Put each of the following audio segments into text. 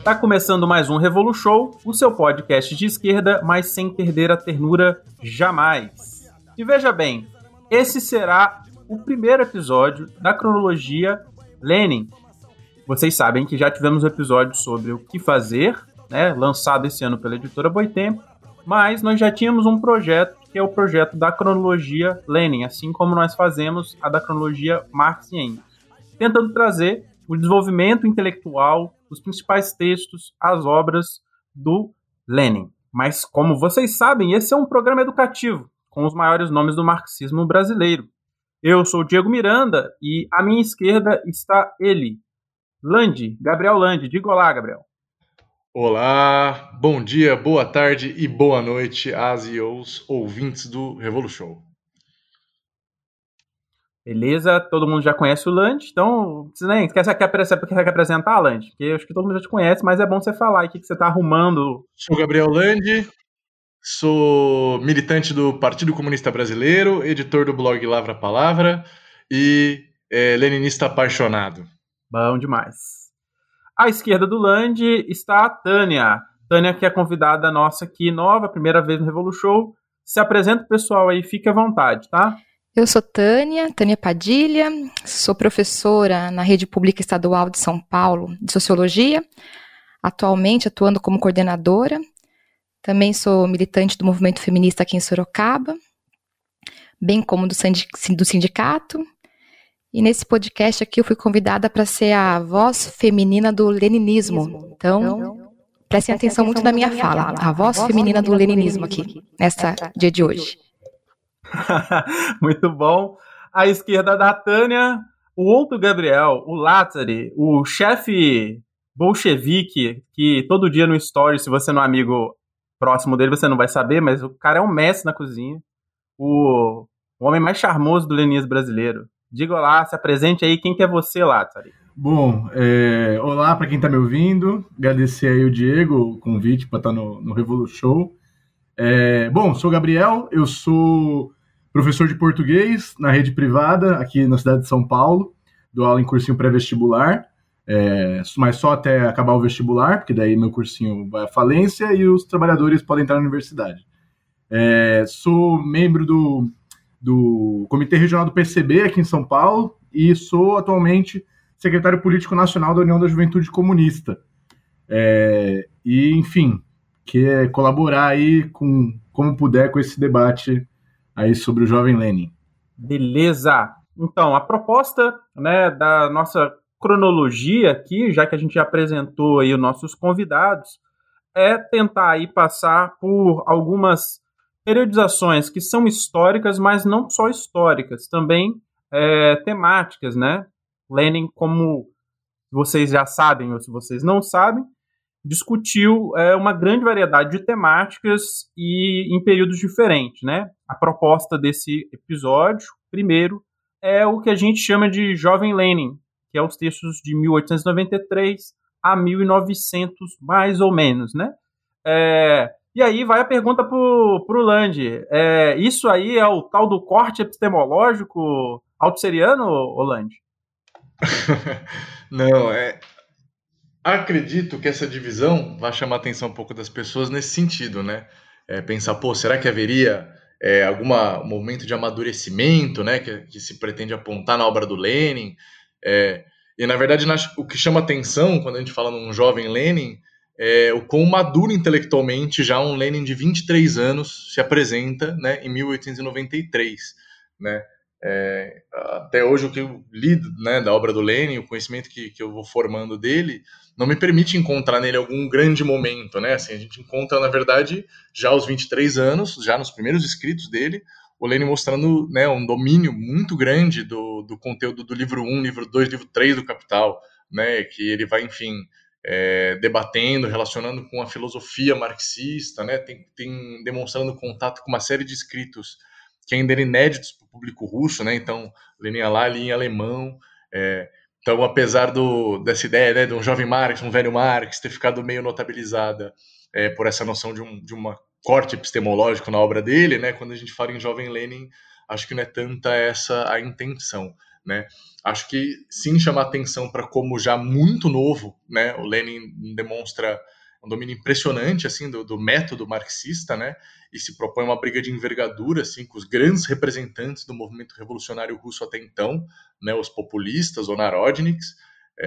Tá começando mais um Revolu Show, o seu podcast de esquerda, mas sem perder a ternura jamais. E veja bem, esse será o primeiro episódio da cronologia Lenin. Vocês sabem que já tivemos um episódio sobre o que fazer, né, lançado esse ano pela editora Boitempo, mas nós já tínhamos um projeto que é o projeto da cronologia Lenin, assim como nós fazemos a da cronologia Marx e Engels, tentando trazer o desenvolvimento intelectual, os principais textos, as obras do Lenin. Mas, como vocês sabem, esse é um programa educativo, com os maiores nomes do marxismo brasileiro. Eu sou o Diego Miranda e à minha esquerda está ele, Landi, Gabriel Landi. Diga olá, Gabriel. Olá, bom dia, boa tarde e boa noite às e aos ouvintes do Revolu Show. Beleza, todo mundo já conhece o Landi, então você quer apresentar, Landi? Porque eu acho que todo mundo já te conhece, mas é bom você falar aí o que você está arrumando. Sou Gabriel Landi, sou militante do Partido Comunista Brasileiro, editor do blog Lavra a Palavra e leninista apaixonado. Bom demais. À esquerda do Landi está a Tânia. Tânia, que é convidada nossa aqui nova, primeira vez no Revolu Show. Se apresenta o pessoal aí, fique à vontade, tá? Eu sou Tânia Padilha, sou professora na Rede Pública Estadual de São Paulo de Sociologia, atualmente atuando como coordenadora. Também sou militante do movimento feminista aqui em Sorocaba, bem como do sindicato. E nesse podcast aqui eu fui convidada para ser a voz feminina do leninismo. Então, prestem atenção muito na minha fala, a voz feminina do leninismo aqui, nessa dia de hoje. Muito bom. À esquerda da Tânia, o outro Gabriel, o Lázari, o chefe bolchevique, que todo dia no story, se você não é amigo próximo dele, você não vai saber, mas o cara é um mestre na cozinha. O homem mais charmoso do leninismo brasileiro. Diga olá, se apresente aí, quem que é você, Lázari? Bom, olá para quem está me ouvindo, agradecer aí o Diego, o convite para estar no Revolu Show. Bom, sou Gabriel, eu sou professor de português na rede privada aqui na cidade de São Paulo, dou aula em cursinho pré-vestibular, mas só até acabar o vestibular, porque daí meu cursinho vai à falência e os trabalhadores podem entrar na universidade. Sou membro do Comitê Regional do PCB aqui em São Paulo e sou atualmente secretário político nacional da União da Juventude Comunista. Enfim, quer colaborar aí como puder com esse debate aí sobre o jovem Lenin. Beleza! Então, a proposta, né, da nossa cronologia aqui, já que a gente já apresentou aí os nossos convidados, é tentar aí passar por algumas periodizações que são históricas, mas não só históricas, também temáticas, né? Lenin, como vocês já sabem ou se vocês não sabem, discutiu uma grande variedade de temáticas e em períodos diferentes, né? A proposta desse episódio, primeiro, é o que a gente chama de Jovem Lenin, que é os textos de 1893 a 1900, mais ou menos, né? E aí vai a pergunta pro Landi. Isso aí é o tal do corte epistemológico altusseriano, Landi? Não, acredito que essa divisão vai chamar a atenção um pouco das pessoas nesse sentido, né? Pensar, será que haveria algum momento de amadurecimento, né, que se pretende apontar na obra do Lenin? E, na verdade, o que chama atenção quando a gente fala num jovem Lenin é o quão maduro intelectualmente já um Lenin de 23 anos se apresenta, né, em 1893, né? Até hoje o que eu li, né, da obra do Lenin, o conhecimento que eu vou formando dele, não me permite encontrar nele algum grande momento, né? Assim, a gente encontra, na verdade, já aos 23 anos, já nos primeiros escritos dele, o Lenin mostrando, né, um domínio muito grande do conteúdo do livro 1, livro 2, livro 3 do Capital, né? Que ele vai, enfim, debatendo, relacionando com a filosofia marxista, né? Tem demonstrando contato com uma série de escritos que ainda eram inéditos para o público russo, né? Então, Lenin ia lá, lia em alemão. Então, apesar dessa ideia, né, de um jovem Marx, um velho Marx, ter ficado meio notabilizada por essa noção de uma corte epistemológico na obra dele, né? Quando a gente fala em jovem Lenin, acho que não é tanta essa a intenção. né? Acho que sim chama atenção para como já muito novo, né, o Lenin demonstra um domínio impressionante assim do método marxista, né, e se propõe uma briga de envergadura assim com os grandes representantes do movimento revolucionário russo até então, né, os populistas, os narodniks,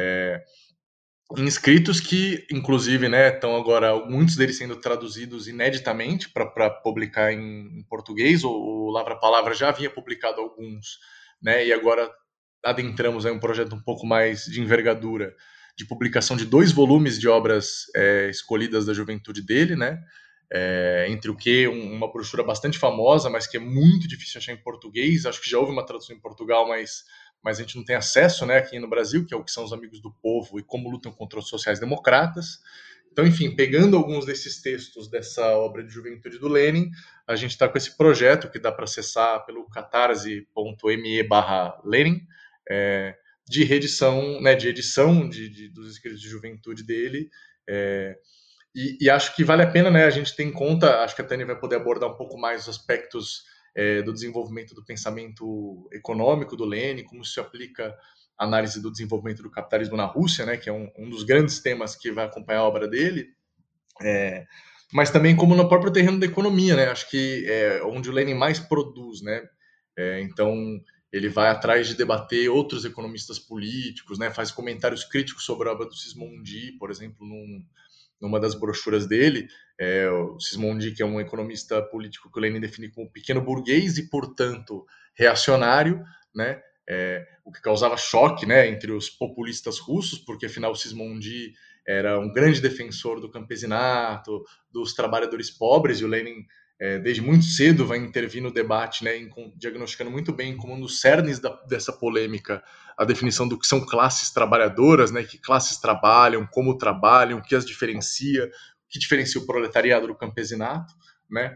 em escritos que, inclusive, né, estão agora muitos deles sendo traduzidos ineditamente para publicar em português. O Lavra Palavra já havia publicado alguns, né, e agora adentramos aí um projeto um pouco mais de envergadura, de publicação de 2 volumes de obras escolhidas da juventude dele, né, entre o que uma brochura bastante famosa, mas que é muito difícil achar em português. Acho que já houve uma tradução em Portugal, mas a gente não tem acesso, né, aqui no Brasil, que é o que são os Amigos do Povo e como lutam contra os sociais-democratas. Então, enfim, pegando alguns desses textos dessa obra de juventude do Lenin, a gente está com esse projeto que dá para acessar pelo catarse.me/Lenin, de reedição, né, de edição dos escritos de juventude dele. E acho que vale a pena, né, a gente ter em conta, acho que a Tânia vai poder abordar um pouco mais os aspectos do desenvolvimento do pensamento econômico do Lenin, como isso se aplica à análise do desenvolvimento do capitalismo na Rússia, né, que é um dos grandes temas que vai acompanhar a obra dele, mas também como no próprio terreno da economia, né, acho que é onde o Lenin mais produz, né, então ele vai atrás de debater outros economistas políticos, né, faz comentários críticos sobre a obra do Sismondi, por exemplo, numa das brochuras dele, o Sismondi, que é um economista político que o Lenin define como pequeno burguês e, portanto, reacionário, né? O que causava choque, né, entre os populistas russos, porque, afinal, o Sismondi era um grande defensor do campesinato, dos trabalhadores pobres, e o Lenin, desde muito cedo, vai intervir no debate, né, diagnosticando muito bem como um dos cernes dessa polêmica a definição do que são classes trabalhadoras, né, que classes trabalham, como trabalham, o que as diferencia, o que diferencia o proletariado do campesinato, né,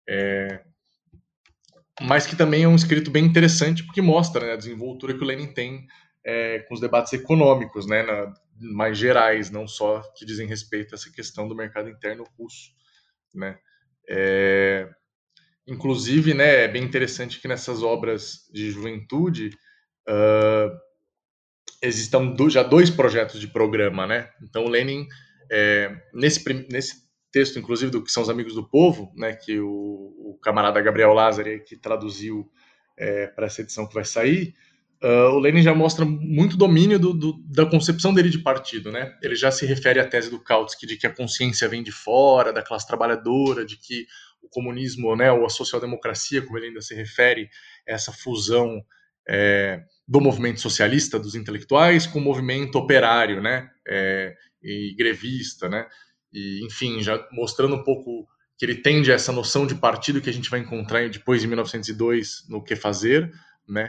mas que também é um escrito bem interessante porque mostra, né, a desenvoltura que o Lenin tem com os debates econômicos, né, mais gerais, não só que dizem respeito a essa questão do mercado interno russo, né. Inclusive, né, é bem interessante que nessas obras de juventude existam já 2 projetos de programa, né? Então o Lenin, nesse texto, inclusive, do que são os Amigos do Povo, né, que o camarada Gabriel Lázari, que traduziu para essa edição que vai sair, o Lenin já mostra muito domínio da concepção dele de partido, né? Ele já se refere à tese do Kautsky de que a consciência vem de fora, da classe trabalhadora, de que o comunismo, né, ou a social-democracia, como ele ainda se refere, é essa fusão do movimento socialista, dos intelectuais, com o movimento operário, né, e grevista, né, e, enfim, já mostrando um pouco que ele tende a essa noção de partido que a gente vai encontrar depois de 1902 no Que Fazer, né,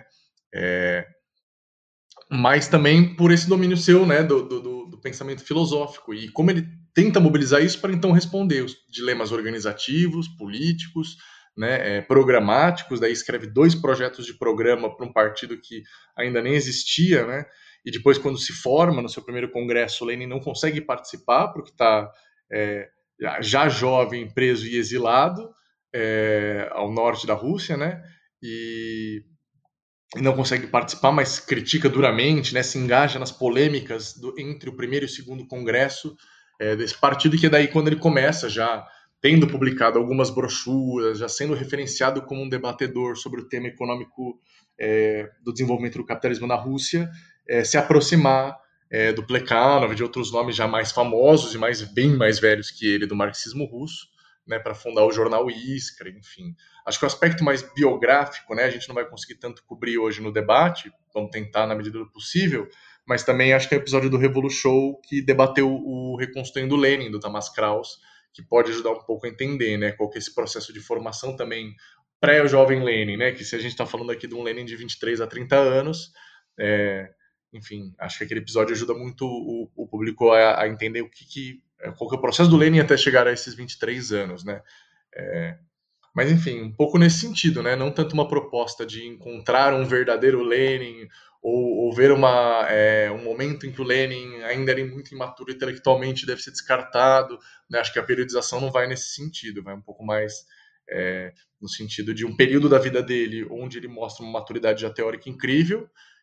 mas também por esse domínio seu, né, do pensamento filosófico, e como ele tenta mobilizar isso para então responder os dilemas organizativos, políticos, né, programáticos. Daí escreve 2 projetos de programa para um partido que ainda nem existia, né, e depois, quando se forma no seu primeiro congresso, Lenin não consegue participar porque está já jovem, preso e exilado ao norte da Rússia, né, e não consegue participar, mas critica duramente, né, se engaja nas polêmicas entre o primeiro e o segundo congresso desse partido, que é daí quando ele começa, já tendo publicado algumas brochuras, já sendo referenciado como um debatedor sobre o tema econômico do desenvolvimento do capitalismo na Rússia, se aproximar do Plekhanov, de outros nomes já mais famosos e bem mais velhos que ele do marxismo russo, né, para fundar o jornal Iskra, enfim. Acho que o aspecto mais biográfico, né, a gente não vai conseguir tanto cobrir hoje no debate, vamos tentar na medida do possível, mas também acho que é o episódio do Revolution que debateu o Reconstruindo Lenin, do Tamás Kraus, que pode ajudar um pouco a entender, né, qual que é esse processo de formação também pré-jovem Lenin, né, que se a gente está falando aqui de um Lenin de 23 a 30 anos, enfim, acho que aquele episódio ajuda muito o público a entender qual que é o processo do Lenin até chegar a esses 23 anos, né? Mas, enfim, um pouco nesse sentido, né? Não tanto uma proposta de encontrar um verdadeiro Lenin ou ver um momento em que o Lenin ainda era muito imaturo intelectualmente e deve ser descartado, né? Acho que a periodização não vai nesse sentido, vai um pouco mais no sentido de um período da vida dele onde ele mostra uma maturidade já teórica incrível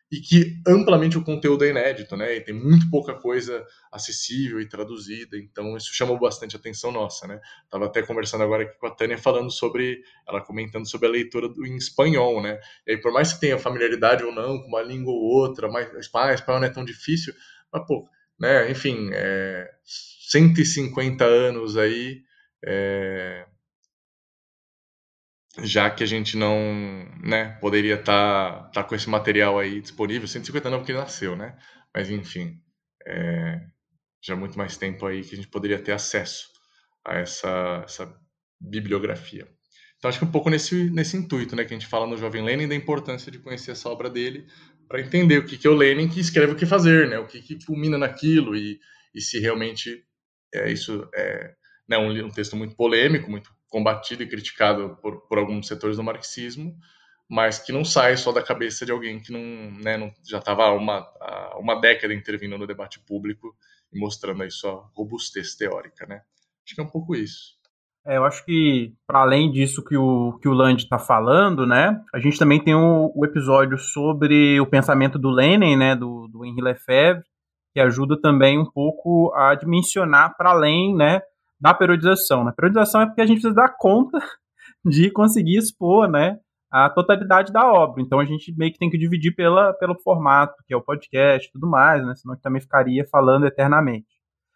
e que amplamente o conteúdo é inédito, né? E tem muito pouca coisa acessível e traduzida, então isso chamou bastante a atenção nossa, né? Tava até conversando agora aqui com a Tânia ela comentando sobre a leitura em espanhol, né? E aí, por mais que tenha familiaridade ou não com uma língua ou outra, mas espanhol não é tão difícil, mas pô, né? Enfim, 150 anos aí, já que a gente não, né, poderia tá com esse material aí disponível, 150 não porque ele nasceu, né? Mas enfim, já há muito mais tempo aí que a gente poderia ter acesso a essa bibliografia. Então acho que um pouco nesse intuito, né, que a gente fala no Jovem Lenin, da importância de conhecer essa obra dele para entender o que é o Lenin que escreve o que fazer, né, o que fulmina naquilo e se realmente isso é, né, um texto muito polêmico, muito combatido e criticado por alguns setores do marxismo, mas que não sai só da cabeça de alguém que não já estava há uma década intervindo no debate público e mostrando aí sua robustez teórica, né? Acho que é um pouco isso. Eu acho que, para além disso que o Land está falando, né, a gente também tem o episódio sobre o pensamento do Lenin, né, do Henri Lefebvre, que ajuda também um pouco a dimensionar para além, né, da periodização. A periodização é porque a gente precisa dar conta de conseguir expor, né, a totalidade da obra. Então a gente meio que tem que dividir pelo formato, que é o podcast e tudo mais, né, senão a gente também ficaria falando eternamente.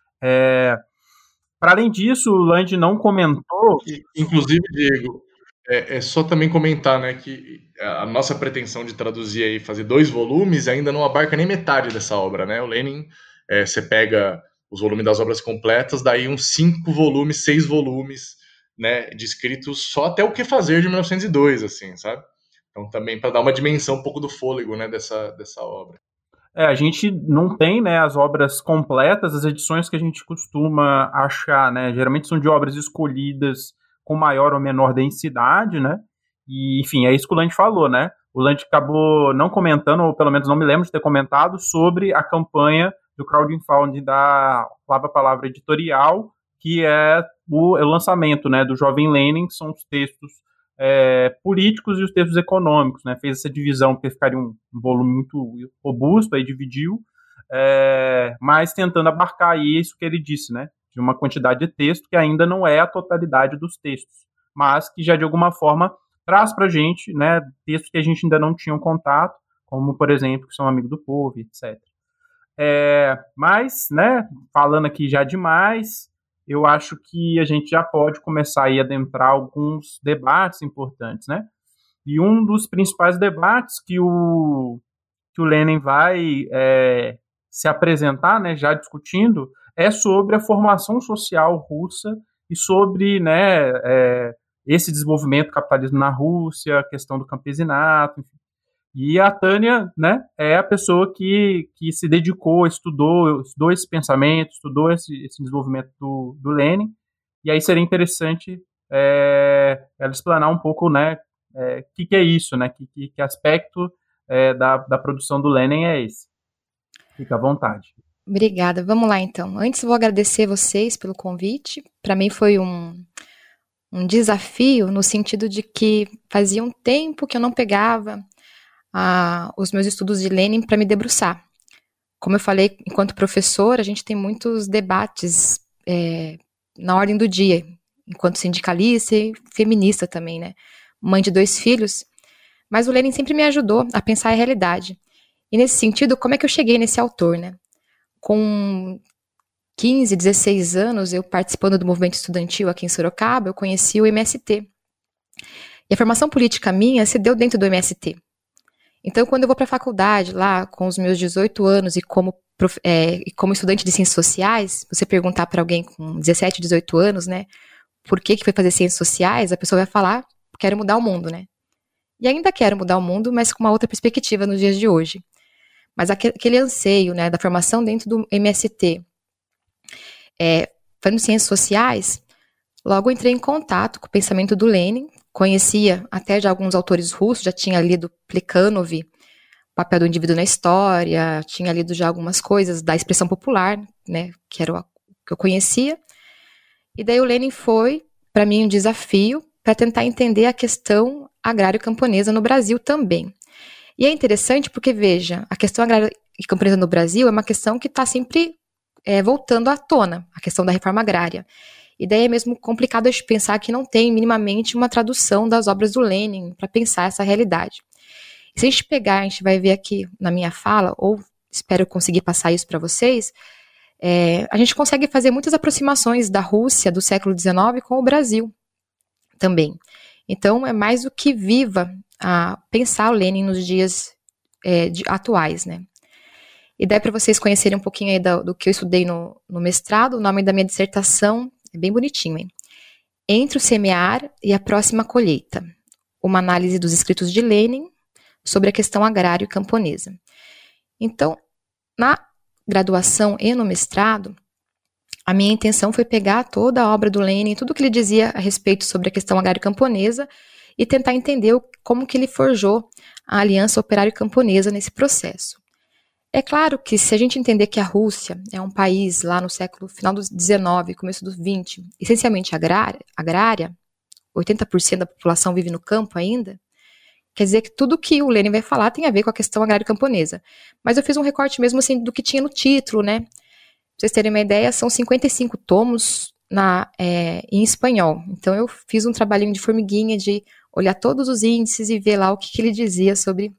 Para além disso, o Land não comentou... Inclusive, Diego, é só também comentar, né, que a nossa pretensão de traduzir aí, fazer 2 volumes, ainda não abarca nem metade dessa obra, né? O Lenin, você pega os volumes das obras completas, daí uns 5 volumes, 6 volumes, né, de escritos só até o que fazer de 1902, assim, sabe? Então também para dar uma dimensão um pouco do fôlego, né, dessa obra. A gente não tem, né, as obras completas, as edições que a gente costuma achar, né, geralmente são de obras escolhidas com maior ou menor densidade, né, e, enfim, é isso que o Land falou, né, o Land acabou não comentando, ou pelo menos não me lembro de ter comentado, sobre a campanha do crowdfunding da Lava Palavra Editorial, que é o lançamento, né, do Jovem Lenin, que são os textos políticos e os textos econômicos, né? Fez essa divisão porque ficaria um volume muito robusto, aí dividiu, mas tentando abarcar isso que ele disse, né? De uma quantidade de texto que ainda não é a totalidade dos textos, mas que já de alguma forma traz para a gente, né, textos que a gente ainda não tinha um contato, como por exemplo, que são Amigo do Povo, etc. Mas, né, falando aqui já demais, eu acho que a gente já pode começar a adentrar alguns debates importantes, né? E um dos principais debates que o Lenin vai se apresentar, né, já discutindo, é sobre a formação social russa e sobre, né, esse desenvolvimento do capitalismo na Rússia, a questão do campesinato, enfim. E a Tânia, né, é a pessoa que se dedicou, estudou esse pensamento, estudou esse desenvolvimento do Lenin, e aí seria interessante ela explanar um pouco, né, que é isso, né, que aspecto da produção do Lenin é esse. Fica à vontade. Obrigada. Vamos lá, então. Antes, vou agradecer vocês pelo convite. Para mim foi um desafio no sentido de que fazia um tempo que eu não pegava os meus estudos de Lenin para me debruçar. Como eu falei, enquanto professora, a gente tem muitos debates na ordem do dia, enquanto sindicalista e feminista também, né? Mãe de 2 filhos, mas o Lenin sempre me ajudou a pensar a realidade. E nesse sentido, como é que eu cheguei nesse autor, né? Com 15, 16 anos, eu participando do movimento estudantil aqui em Sorocaba, eu conheci o MST. E a formação política minha se deu dentro do MST. Então, quando eu vou para a faculdade, lá com os meus 18 anos e como estudante de ciências sociais, você perguntar para alguém com 17, 18 anos, né, por que foi fazer ciências sociais, a pessoa vai falar, quero mudar o mundo, né? E ainda quero mudar o mundo, mas com uma outra perspectiva nos dias de hoje. Mas aquele anseio, né, da formação dentro do MST, fazendo ciências sociais, logo entrei em contato com o pensamento do Lenin, conhecia até de alguns autores russos, já tinha lido Plekhanov, o papel do indivíduo na história, tinha lido já algumas coisas da expressão popular, né, que era o que eu conhecia. E daí o Lenin foi, para mim, um desafio para tentar entender a questão agrário-camponesa no Brasil também. E é interessante porque, veja, a questão agrária e camponesa no Brasil é uma questão que está sempre voltando à tona, a questão da reforma agrária. E daí é mesmo complicado de pensar que não tem minimamente uma tradução das obras do Lenin para pensar essa realidade. E se a gente pegar, a gente vai ver aqui na minha fala, ou espero conseguir passar isso para vocês, a gente consegue fazer muitas aproximações da Rússia do século XIX com o Brasil também. Então, é mais do que viva a pensar o Lenin nos dias atuais, né? E daí para vocês conhecerem um pouquinho aí do que eu estudei no mestrado, o nome da minha dissertação é bem bonitinho, hein? Entre o semear e a próxima colheita, uma análise dos escritos de Lenin sobre a questão agrária e camponesa. Então, na graduação e no mestrado, a minha intenção foi pegar toda a obra do Lenin, tudo que ele dizia a respeito sobre a questão agrária e camponesa e tentar entender como que ele forjou a aliança operário-camponesa nesse processo. É claro que se a gente entender que a Rússia é um país lá no final do XIX, começo do XX, essencialmente agrária, 80% da população vive no campo ainda, quer dizer que tudo que o Lenin vai falar tem a ver com a questão agrária camponesa. Mas eu fiz um recorte mesmo assim do que tinha no título, né? Pra vocês terem uma ideia, são 55 tomos em espanhol. Então eu fiz um trabalhinho de formiguinha de olhar todos os índices e ver lá o que ele dizia sobre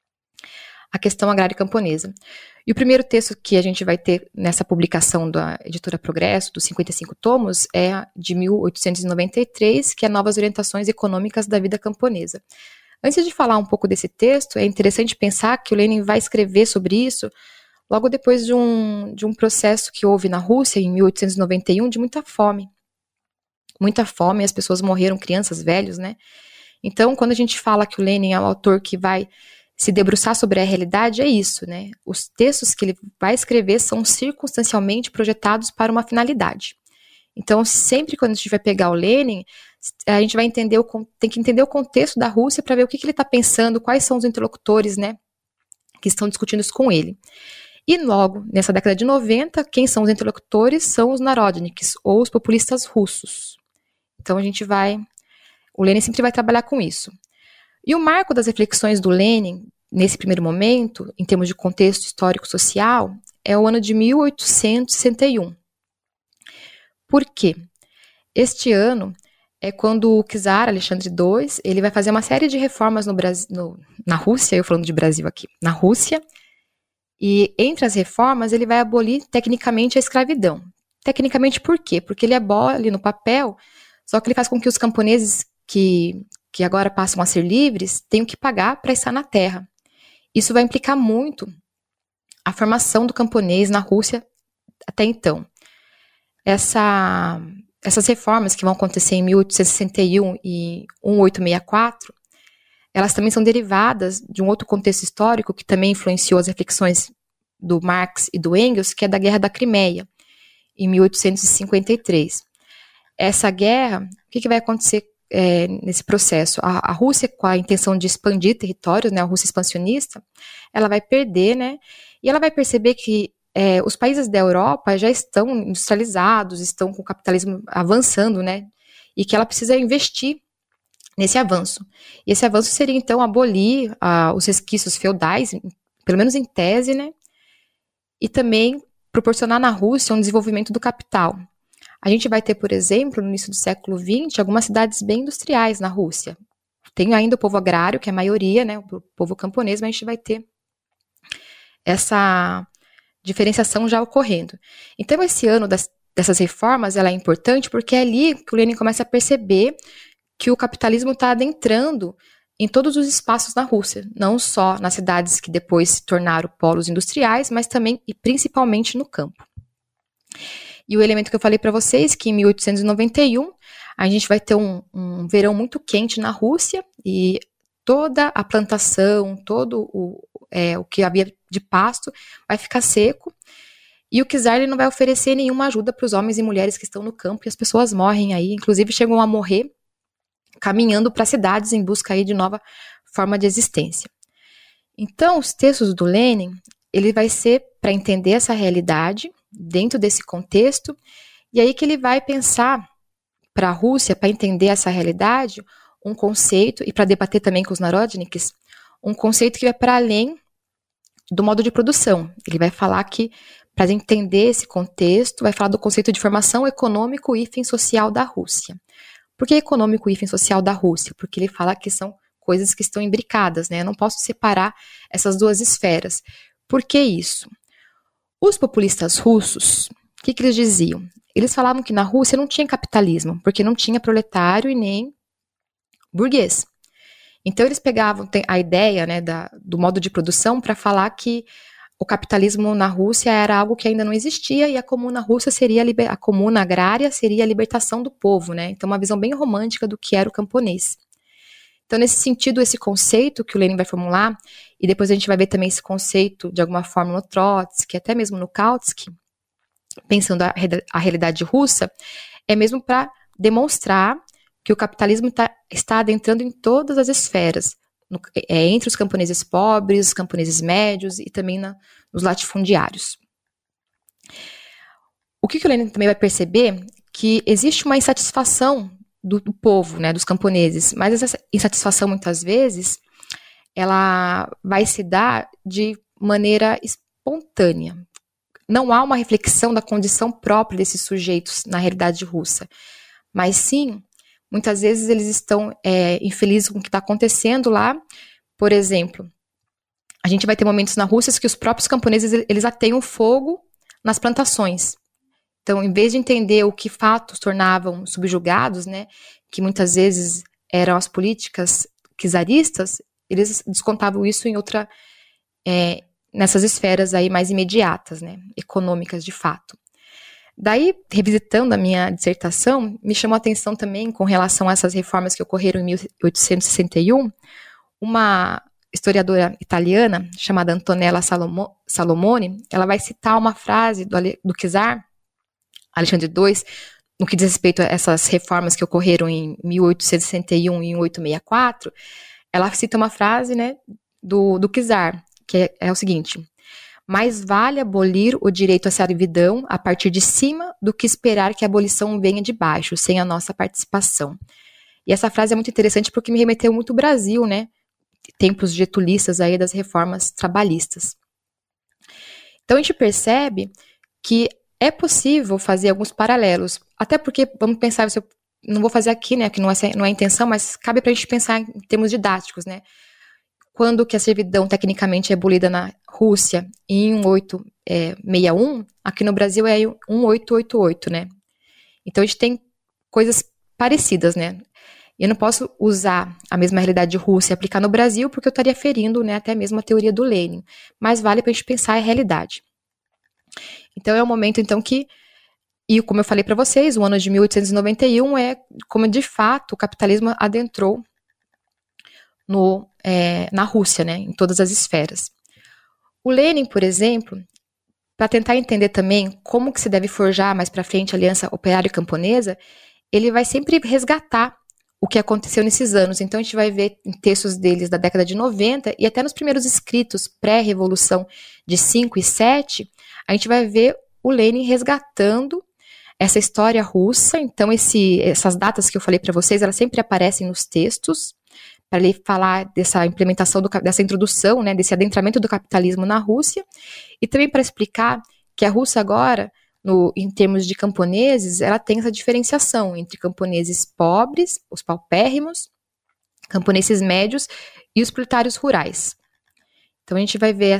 a questão agrária camponesa. E o primeiro texto que a gente vai ter nessa publicação da editora Progresso, dos 55 tomos, é de 1893, que é Novas Orientações Econômicas da Vida Camponesa. Antes de falar um pouco desse texto, é interessante pensar que o Lenin vai escrever sobre isso logo depois de um processo que houve na Rússia, em 1891, de muita fome. Muita fome, as pessoas morreram, crianças, velhos, né? Então, quando a gente fala que o Lenin é o autor que vai se debruçar sobre a realidade, é isso, né? Os textos que ele vai escrever são circunstancialmente projetados para uma finalidade. Então, sempre quando a gente vai pegar o Lenin, a gente vai tem que entender o contexto da Rússia para ver o que ele está pensando, quais são os interlocutores, né, que estão discutindo isso com ele. E logo, nessa década de 90, quem são os interlocutores? São os narodniks, ou os populistas russos. Então, o Lenin sempre vai trabalhar com isso. E o marco das reflexões do Lenin, nesse primeiro momento, em termos de contexto histórico-social, é o ano de 1861. Por quê? Este ano é quando o czar Alexandre II ele vai fazer uma série de reformas na Rússia, eu falando de Brasil aqui, na Rússia, e entre as reformas ele vai abolir tecnicamente a escravidão. Tecnicamente por quê? Porque ele abole no papel, só que ele faz com que os camponeses que agora passam a ser livres tenham que pagar para estar na terra. Isso vai implicar muito a formação do camponês na Rússia até então. Essas reformas que vão acontecer em 1861 e 1864, elas também são derivadas de um outro contexto histórico que também influenciou as reflexões do Marx e do Engels, que é da Guerra da Crimeia, em 1853. Essa guerra, o que vai acontecer nesse processo? A Rússia, com a intenção de expandir territórios, né, a Rússia expansionista, ela vai perder, né, e ela vai perceber que os países da Europa já estão industrializados, estão com o capitalismo avançando, né? E que ela precisa investir nesse avanço. E esse avanço seria, então, abolir os resquícios feudais, pelo menos em tese, né? E também proporcionar na Rússia um desenvolvimento do capital. A gente vai ter, por exemplo, no início do século XX, algumas cidades bem industriais na Rússia. Tem ainda o povo agrário, que é a maioria, né? O povo camponês, mas a gente vai ter essa diferenciação já ocorrendo. Então, esse ano dessas reformas, ela é importante porque é ali que o Lenin começa a perceber que o capitalismo está adentrando em todos os espaços na Rússia, não só nas cidades que depois se tornaram polos industriais, mas também e principalmente no campo. E o elemento que eu falei para vocês, que em 1891 a gente vai ter um verão muito quente na Rússia e toda a plantação, todo o que havia de pasto vai ficar seco, e o czar ele não vai oferecer nenhuma ajuda para os homens e mulheres que estão no campo, e as pessoas morrem aí, inclusive chegam a morrer caminhando para cidades em busca aí de nova forma de existência. Então, os textos do Lenin, ele vai ser para entender essa realidade dentro desse contexto, e aí que ele vai pensar para a Rússia, para entender essa realidade, um conceito, e para debater também com os narodniks, um conceito que vai para além do modo de produção. Ele vai falar que, para entender esse contexto, vai falar do conceito de formação econômico e social da Rússia. Por que econômico e social da Rússia? Porque ele fala que são coisas que estão imbricadas, né? Eu não posso separar essas duas esferas. Por que isso? Os populistas russos, o que eles diziam? Eles falavam que na Rússia não tinha capitalismo, porque não tinha proletário e nem burguês. Então eles pegavam a ideia, né, do modo de produção para falar que o capitalismo na Rússia era algo que ainda não existia e a comuna russa seria a comuna agrária seria a libertação do povo, né? Então uma visão bem romântica do que era o camponês. Então nesse sentido, esse conceito que o Lenin vai formular, e depois a gente vai ver também esse conceito de alguma forma no Trotsky, até mesmo no Kautsky, pensando a realidade russa, é mesmo para demonstrar que o capitalismo está adentrando em todas as esferas, entre os camponeses pobres, os camponeses médios e também nos latifundiários. O que o Lenin também vai perceber? Que existe uma insatisfação do povo, né, dos camponeses, mas essa insatisfação muitas vezes ela vai se dar de maneira espontânea. Não há uma reflexão da condição própria desses sujeitos na realidade russa, mas sim, muitas vezes eles estão infelizes com o que está acontecendo lá. Por exemplo, a gente vai ter momentos na Rússia que os próprios camponeses eles ateiam fogo nas plantações. Então, em vez de entender o que fatos tornavam subjugados, né, que muitas vezes eram as políticas czaristas, eles descontavam isso em nessas esferas aí mais imediatas, né, econômicas de fato. Daí, revisitando a minha dissertação, me chamou a atenção também com relação a essas reformas que ocorreram em 1861, uma historiadora italiana chamada Antonella Salomone, ela vai citar uma frase do czar Alexandre II, no que diz respeito a essas reformas que ocorreram em 1861 e em 1864, ela cita uma frase, né, do czar, que é o seguinte: mais vale abolir o direito à servidão a partir de cima do que esperar que a abolição venha de baixo, sem a nossa participação. E essa frase é muito interessante porque me remeteu muito ao Brasil, né, tempos getulistas aí das reformas trabalhistas. Então a gente percebe que é possível fazer alguns paralelos, até porque, vamos pensar, eu não vou fazer aqui, né, que não é a intenção, mas cabe para a gente pensar em termos didáticos, né. Quando que a servidão tecnicamente é abolida na Rússia em 1861, aqui no Brasil é 1888, né. Então a gente tem coisas parecidas, né. Eu não posso usar a mesma realidade russa e aplicar no Brasil, porque eu estaria ferindo, né, até mesmo a teoria do Lenin, mas vale para a gente pensar a realidade. Então é um momento então que, e como eu falei para vocês, o ano de 1891 é como de fato o capitalismo adentrou na Rússia, né, em todas as esferas. O Lenin, por exemplo, para tentar entender também como que se deve forjar mais para frente a aliança operário-camponesa, ele vai sempre resgatar o que aconteceu nesses anos. Então a gente vai ver em textos deles da década de 90 e até nos primeiros escritos pré-revolução de 5 e 7, a gente vai ver o Lenin resgatando essa história russa. Então essas datas que eu falei para vocês, elas sempre aparecem nos textos, para ele falar dessa implementação, dessa introdução, né, desse adentramento do capitalismo na Rússia, e também para explicar que a Rússia agora, em termos de camponeses, ela tem essa diferenciação entre camponeses pobres, os paupérrimos, camponeses médios e os proletários rurais. Então a gente vai ver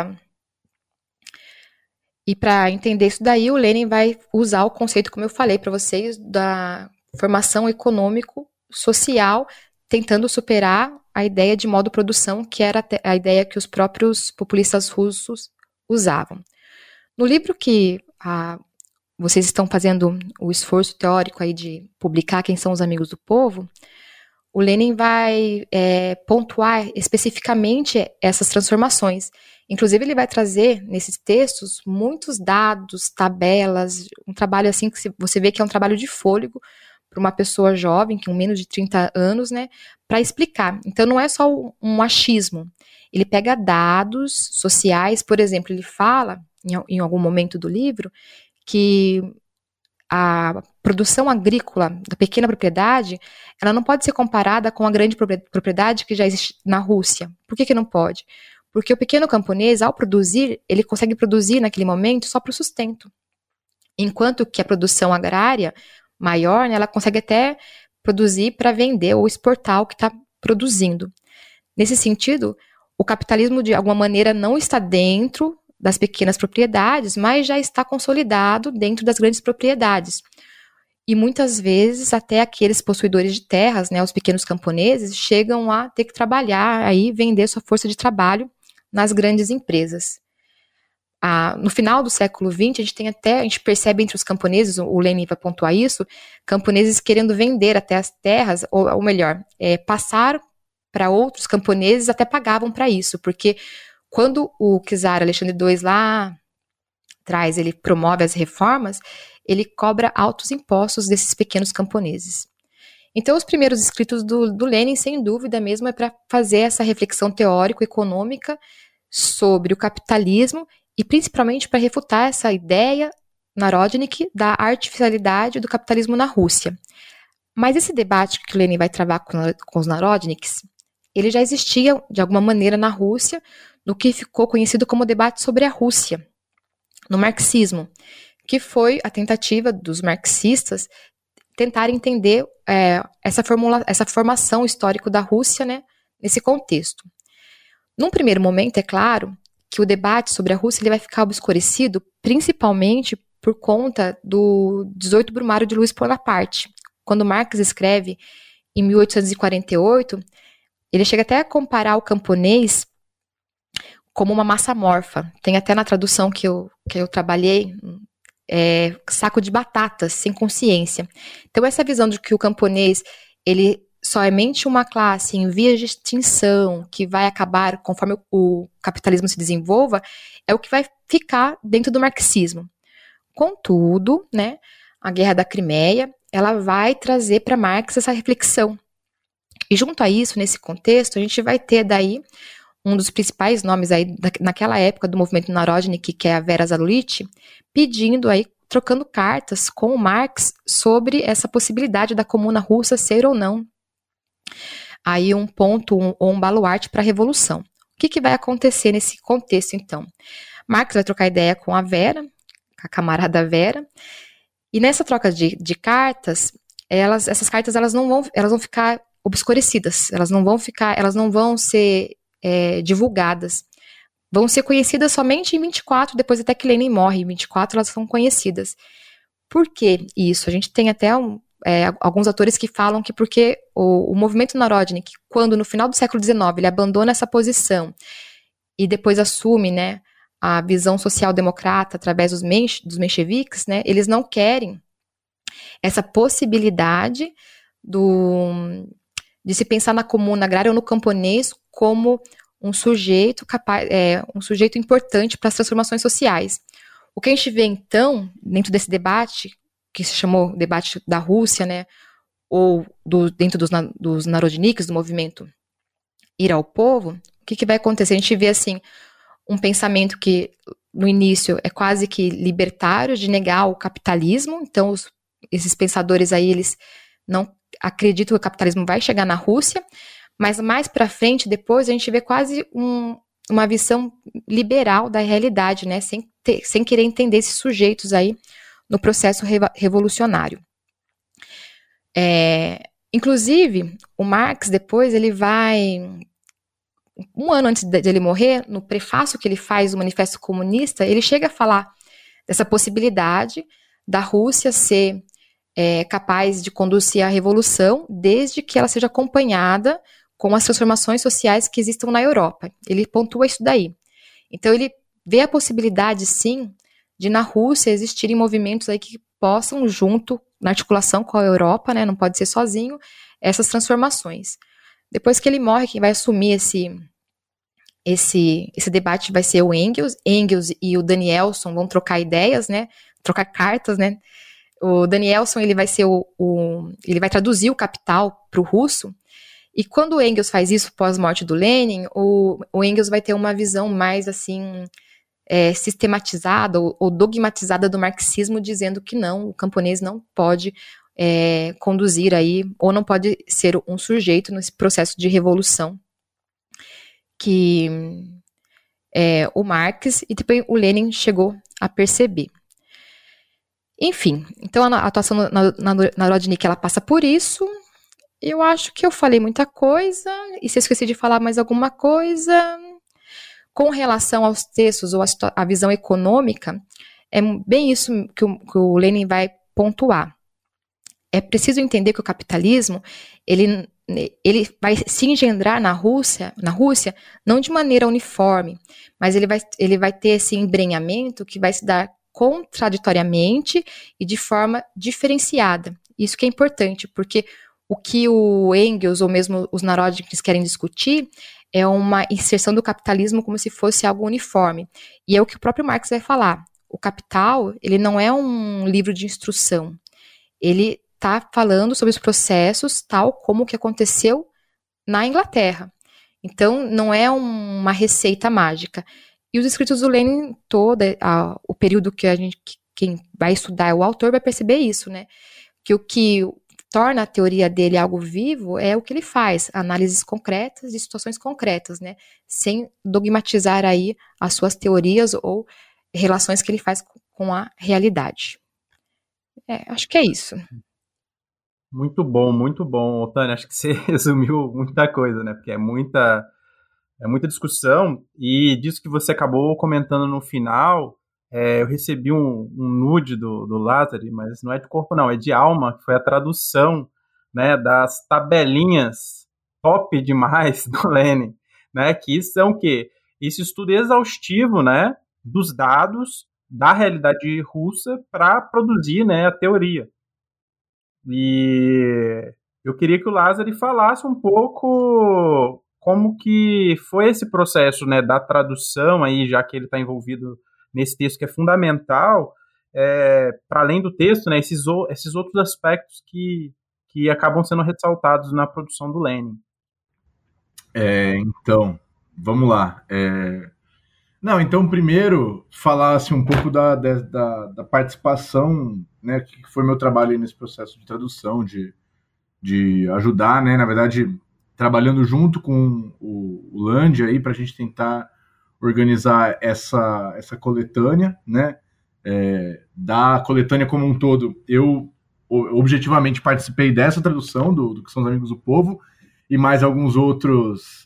E para entender isso daí, o Lenin vai usar o conceito, como eu falei para vocês, da formação econômico-social, tentando superar a ideia de modo produção, que era a ideia que os próprios populistas russos usavam. No livro que vocês estão fazendo o esforço teórico aí de publicar Quem são os Amigos do Povo, o Lenin vai pontuar especificamente essas transformações. Inclusive, ele vai trazer nesses textos muitos dados, tabelas, um trabalho assim que você vê que é um trabalho de fôlego para uma pessoa jovem, com menos de 30 anos, né, para explicar. Então, não é só um achismo. Ele pega dados sociais, por exemplo, ele fala, em algum momento do livro, que a produção agrícola da pequena propriedade, ela não pode ser comparada com a grande propriedade que já existe na Rússia. Por que não pode? Porque o pequeno camponês, ao produzir, ele consegue produzir naquele momento só para o sustento. Enquanto que a produção agrária maior, né, ela consegue até produzir para vender ou exportar o que está produzindo. Nesse sentido, o capitalismo, de alguma maneira, não está dentro das pequenas propriedades, mas já está consolidado dentro das grandes propriedades. E muitas vezes até aqueles possuidores de terras, né, os pequenos camponeses, chegam a ter que trabalhar, aí vender sua força de trabalho nas grandes empresas. No final do século XX, a gente percebe entre os camponeses, o Lenin vai pontuar isso, camponeses querendo vender até as terras, ou melhor, passar para outros camponeses, até pagavam para isso, porque quando o czar Alexandre II lá atrás, ele promove as reformas, ele cobra altos impostos desses pequenos camponeses. Então, os primeiros escritos do Lenin, sem dúvida mesmo, é para fazer essa reflexão teórico-econômica sobre o capitalismo e principalmente para refutar essa ideia Narodnik da artificialidade do capitalismo na Rússia. Mas esse debate que o Lenin vai travar com os Narodniks, ele já existia de alguma maneira na Rússia, no que ficou conhecido como debate sobre a Rússia, no marxismo, que foi a tentativa dos marxistas tentar entender essa formação histórica da Rússia, né, nesse contexto. Num primeiro momento, é claro que o debate sobre a Rússia ele vai ficar obscurecido principalmente por conta do 18 Brumário de Luiz Bonaparte. Quando Marx escreve em 1848, ele chega até a comparar o camponês como uma massa amorfa. Tem até na tradução que eu trabalhei, saco de batatas, sem consciência. Então, essa visão de que o camponês, ele somente uma classe em vias de extinção, que vai acabar conforme o capitalismo se desenvolva, é o que vai ficar dentro do marxismo. Contudo, né, a Guerra da Crimeia, ela vai trazer para Marx essa reflexão. E junto a isso, nesse contexto, a gente vai ter daí um dos principais nomes aí naquela época do movimento Narodnik, que é a Vera Zalulitch, pedindo aí, trocando cartas com o Marx sobre essa possibilidade da Comuna Russa ser ou não aí um ponto ou um baluarte para a Revolução. O que vai acontecer nesse contexto, então? Marx vai trocar ideia com a Vera, a camarada Vera, e nessa troca de cartas, essas cartas elas vão ficar obscurecidas, elas não vão ser divulgadas, vão ser conhecidas somente em 24, depois até que Lenin morre, em 24 elas são conhecidas. Por que isso? A gente tem até alguns autores que falam que porque o movimento Narodnik, quando no final do século XIX ele abandona essa posição e depois assume, né, a visão social-democrata através dos mencheviques, né, eles não querem essa possibilidade de se pensar na comuna agrária ou no camponês como um sujeito importante para as transformações sociais. O que a gente vê, então, dentro desse debate, que se chamou debate da Rússia, né, ou dentro dos Narodniks, do movimento Ir ao Povo, o que vai acontecer? A gente vê, assim, um pensamento que, no início, é quase que libertário, de negar o capitalismo. Então, esses pensadores aí, eles não acreditam que o capitalismo vai chegar na Rússia, mas mais para frente, depois, a gente vê quase uma visão liberal da realidade, né, sem querer entender esses sujeitos aí no processo revolucionário. Inclusive, o Marx, depois, ele vai, um ano antes de ele morrer, no prefácio que ele faz do Manifesto Comunista, ele chega a falar dessa possibilidade da Rússia ser capaz de conduzir a revolução, desde que ela seja acompanhada com as transformações sociais que existam na Europa. Ele pontua isso daí. Então, ele vê a possibilidade, sim, de na Rússia existirem movimentos aí que possam, junto, na articulação com a Europa, né, não pode ser sozinho, essas transformações. Depois que ele morre, quem vai assumir esse debate vai ser o Engels. Engels e o Danielson vão trocar ideias, né, trocar cartas, né. O Danielson, ele vai ser ele vai traduzir o Capital para o russo, e quando o Engels faz isso pós-morte do Lenin, o Engels vai ter uma visão mais, assim, sistematizada ou dogmatizada do marxismo, dizendo que não, o camponês não pode conduzir aí, ou não pode ser um sujeito nesse processo de revolução que o Marx e também o Lenin chegou a perceber. Enfim, então a atuação na Narodnik, ela passa por isso. Eu acho que eu falei muita coisa, e se eu esqueci de falar mais alguma coisa, com relação aos textos ou a visão econômica, é bem isso que o Lenin vai pontuar. É preciso entender que o capitalismo, ele vai se engendrar na Rússia não de maneira uniforme, mas ele vai ter esse embrenhamento que vai se dar contraditoriamente e de forma diferenciada. Isso que é importante, porque o que o Engels ou mesmo os Narodniks querem discutir é uma inserção do capitalismo como se fosse algo uniforme. E é o que o próprio Marx vai falar. O Capital, ele não é um livro de instrução. Ele está falando sobre os processos tal como o que aconteceu na Inglaterra. Então, não é uma receita mágica. E os escritos do Lenin, o período que quem vai estudar é o autor, vai perceber isso, né? Que o que torna a teoria dele algo vivo é o que ele faz, análises concretas de situações concretas, né? Sem dogmatizar aí as suas teorias ou relações que ele faz com a realidade. Acho que é isso. Muito bom, Tânia. Acho que você resumiu muita coisa, né? Porque é muita discussão, e disso que você acabou comentando no final, eu recebi um nude do Lázaro, mas não é de corpo não, é de alma, que foi a tradução, né, das tabelinhas top demais do Lenin, né, que são o quê? Esse estudo exaustivo, né, dos dados da realidade russa para produzir, né, a teoria. E eu queria que o Lázaro falasse um pouco como que foi esse processo, né, da tradução aí, já que ele está envolvido nesse texto que é fundamental, para além do texto, né, esses outros aspectos que acabam sendo ressaltados na produção do Lenin. Então, vamos lá. Então, primeiro, falar assim, um pouco da participação, né, que foi meu trabalho aí nesse processo de tradução, de ajudar, né, na verdade, trabalhando junto com o Land aí para a gente tentar organizar essa coletânea, né, da coletânea como um todo. Eu objetivamente participei dessa tradução do que são os Amigos do Povo e mais alguns outros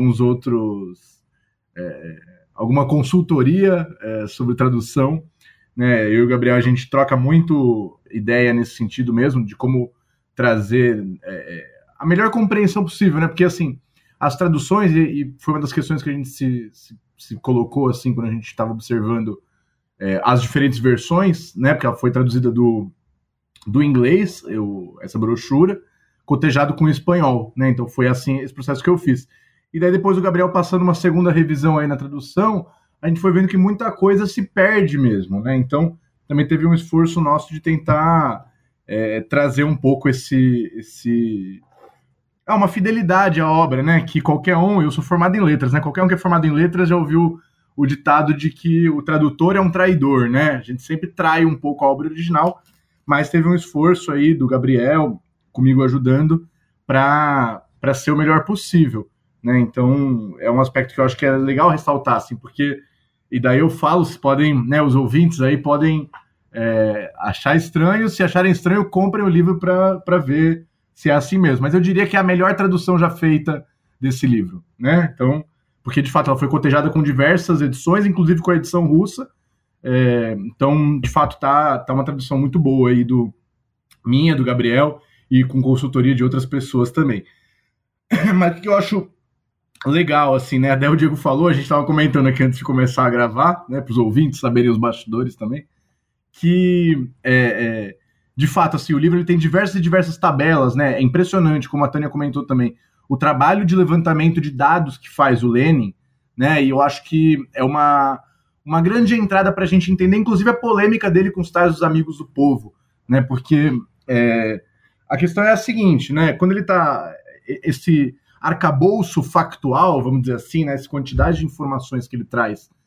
alguma consultoria sobre tradução, né? Eu e o Gabriel, a gente troca muito ideia nesse sentido mesmo, de como trazer a melhor compreensão possível, né? Porque, assim, as traduções, e foi uma das questões que a gente se colocou, assim, quando a gente estava observando as diferentes versões, né? Porque ela foi traduzida do inglês, essa brochura, cotejado com o espanhol, né? Então foi assim esse processo que eu fiz. E daí depois o Gabriel passando uma segunda revisão aí na tradução, a gente foi vendo que muita coisa se perde mesmo, né? Então também teve um esforço nosso de tentar trazer um pouco uma fidelidade à obra, né? Que qualquer um, eu sou formado em letras, né? Qualquer um que é formado em letras já ouviu o ditado de que o tradutor é um traidor, né? A gente sempre trai um pouco a obra original, mas teve um esforço aí do Gabriel, comigo ajudando, para ser o melhor possível, né? Então, é um aspecto que eu acho que é legal ressaltar, assim, porque, e daí eu falo, vocês podem, né, os ouvintes aí podem achar estranho, se acharem estranho, comprem o livro para ver se é assim mesmo, mas eu diria que é a melhor tradução já feita desse livro, né? Então, porque de fato ela foi cotejada com diversas edições, inclusive com a edição russa, então de fato tá uma tradução muito boa aí do Gabriel, e com consultoria de outras pessoas também. Mas o que eu acho legal, assim, né? Até o Diego falou, a gente estava comentando aqui antes de começar a gravar, né? Para os ouvintes saberem os bastidores também, que de fato, assim, o livro ele tem diversas tabelas, né? É impressionante, como a Tânia comentou também, o trabalho de levantamento de dados que faz o Lenin, né? E eu acho que é uma grande entrada para a gente entender, inclusive, a polêmica dele com os tais dos Amigos do Povo, né? Porque a questão é a seguinte, né? Quando ele está esse arcabouço factual, vamos dizer assim, né? Essa quantidade de informações que ele traz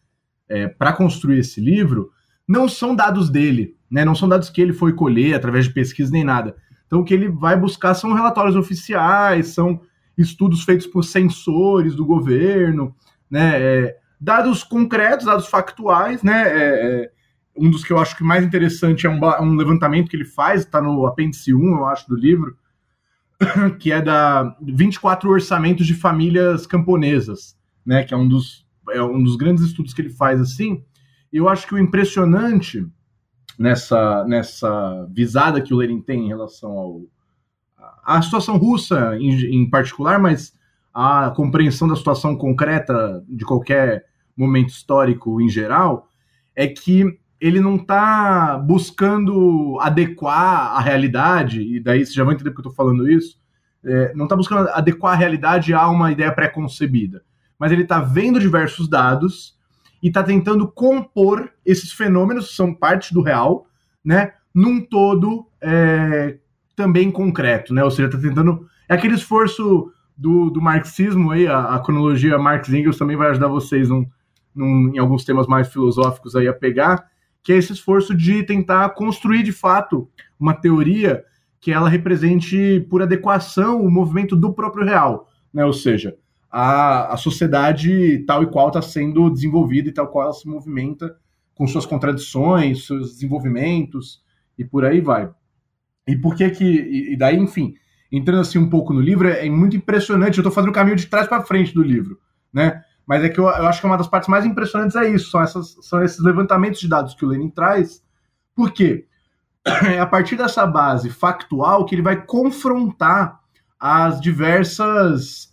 para construir esse livro, não são dados dele, né? Não são dados que ele foi colher através de pesquisa nem nada. Então, o que ele vai buscar são relatórios oficiais, são estudos feitos por sensores do governo, né? Dados concretos, dados factuais, né? Um dos que eu acho que mais interessante é um levantamento que ele faz, está no apêndice 1, eu acho, do livro, que é da 24 orçamentos de famílias camponesas, né? Que é um dos grandes estudos que ele faz assim. E eu acho que o impressionante nessa visada que o Lenin tem em relação à situação russa em particular, mas a compreensão da situação concreta de qualquer momento histórico em geral, é que ele não está buscando adequar a realidade, e daí vocês já vão entender porque eu estou falando isso, não está buscando adequar a realidade a uma ideia pré-concebida, mas ele está vendo diversos dados e está tentando compor esses fenômenos, que são parte do real, né, num todo também concreto, né? Ou seja, está tentando... É aquele esforço do marxismo, aí, a cronologia Marx e Engels também vai ajudar vocês em alguns temas mais filosóficos aí a pegar, que é esse esforço de tentar construir, de fato, uma teoria que ela represente, por adequação, o movimento do próprio real, né? Ou seja, a sociedade tal e qual está sendo desenvolvida e tal qual ela se movimenta com suas contradições, seus desenvolvimentos e por aí vai. E por que e daí, enfim, entrando assim um pouco no livro, é muito impressionante, eu estou fazendo o caminho de trás para frente do livro, né? Mas é que eu acho que uma das partes mais impressionantes é isso, são esses levantamentos de dados que o Lenin traz, porque é a partir dessa base factual que ele vai confrontar as diversas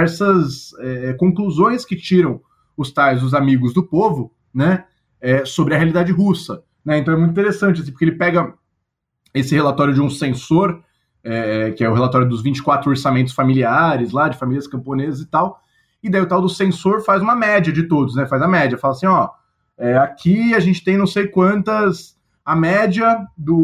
conclusões que tiram os amigos do povo, né, sobre a realidade russa, né? Então é muito interessante, assim, porque ele pega esse relatório de um censor, que é o relatório dos 24 orçamentos familiares, lá, de famílias camponesas e tal, e daí o tal do censor faz uma média de todos, né? Faz a média, fala assim, ó, aqui a gente tem não sei quantas, a média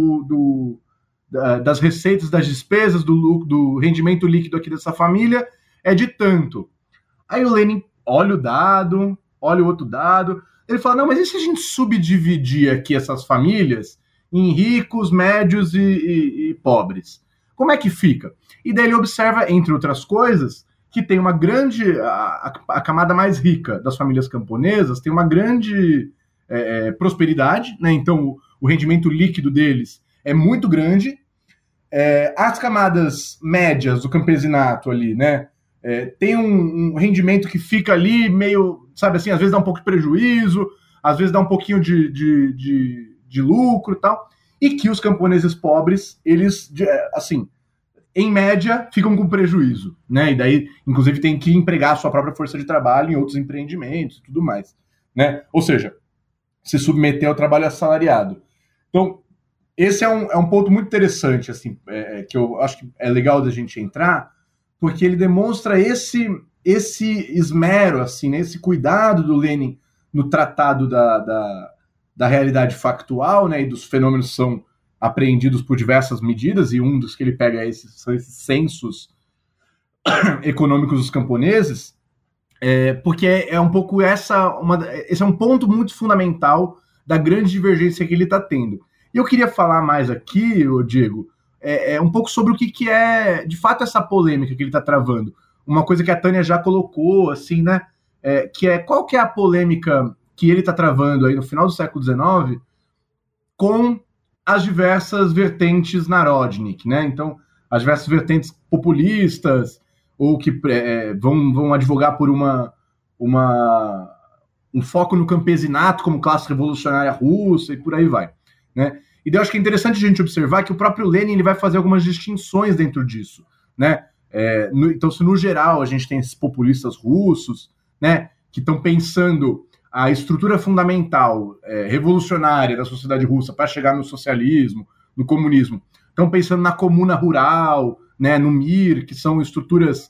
das receitas, das despesas, do rendimento líquido aqui dessa família é de tanto. Aí o Lenin olha o dado, olha o outro dado, ele fala, não, mas e se a gente subdividir aqui essas famílias em ricos, médios e pobres? Como é que fica? E daí ele observa, entre outras coisas, que tem uma grande... A camada mais rica das famílias camponesas tem uma grande prosperidade, né? Então o rendimento líquido deles é muito grande. As camadas médias do campesinato ali, né? Tem um rendimento que fica ali meio, sabe assim, às vezes dá um pouco de prejuízo, às vezes dá um pouquinho de lucro e tal, e que os camponeses pobres, eles, assim, em média, ficam com prejuízo, né? E daí, inclusive, tem que empregar a sua própria força de trabalho em outros empreendimentos e tudo mais, né? Ou seja, se submeter ao trabalho assalariado. Então, esse é um ponto muito interessante, assim, que eu acho que é legal da gente entrar, porque ele demonstra esse esmero, assim, né, esse cuidado do Lenin no tratado da realidade factual, né, e dos fenômenos são apreendidos por diversas medidas, e um dos que ele pega são esses censos econômicos dos camponeses, porque é um pouco esse é um ponto muito fundamental da grande divergência que ele está tendo. E eu queria falar mais aqui, Diego, um pouco sobre o que é, de fato, essa polêmica que ele está travando. Uma coisa que a Tânia já colocou, assim, né, qual que é a polêmica que ele está travando aí no final do século XIX com as diversas vertentes Narodnik, né? Então, as diversas vertentes populistas, ou que vão advogar por um foco no campesinato como classe revolucionária russa e por aí vai, né? E daí eu acho que é interessante a gente observar que o próprio Lenin ele vai fazer algumas distinções dentro disso, né? Então, se no geral a gente tem esses populistas russos, né, que estão pensando a estrutura fundamental revolucionária da sociedade russa para chegar no socialismo, no comunismo, estão pensando na comuna rural, né, no MIR, que são estruturas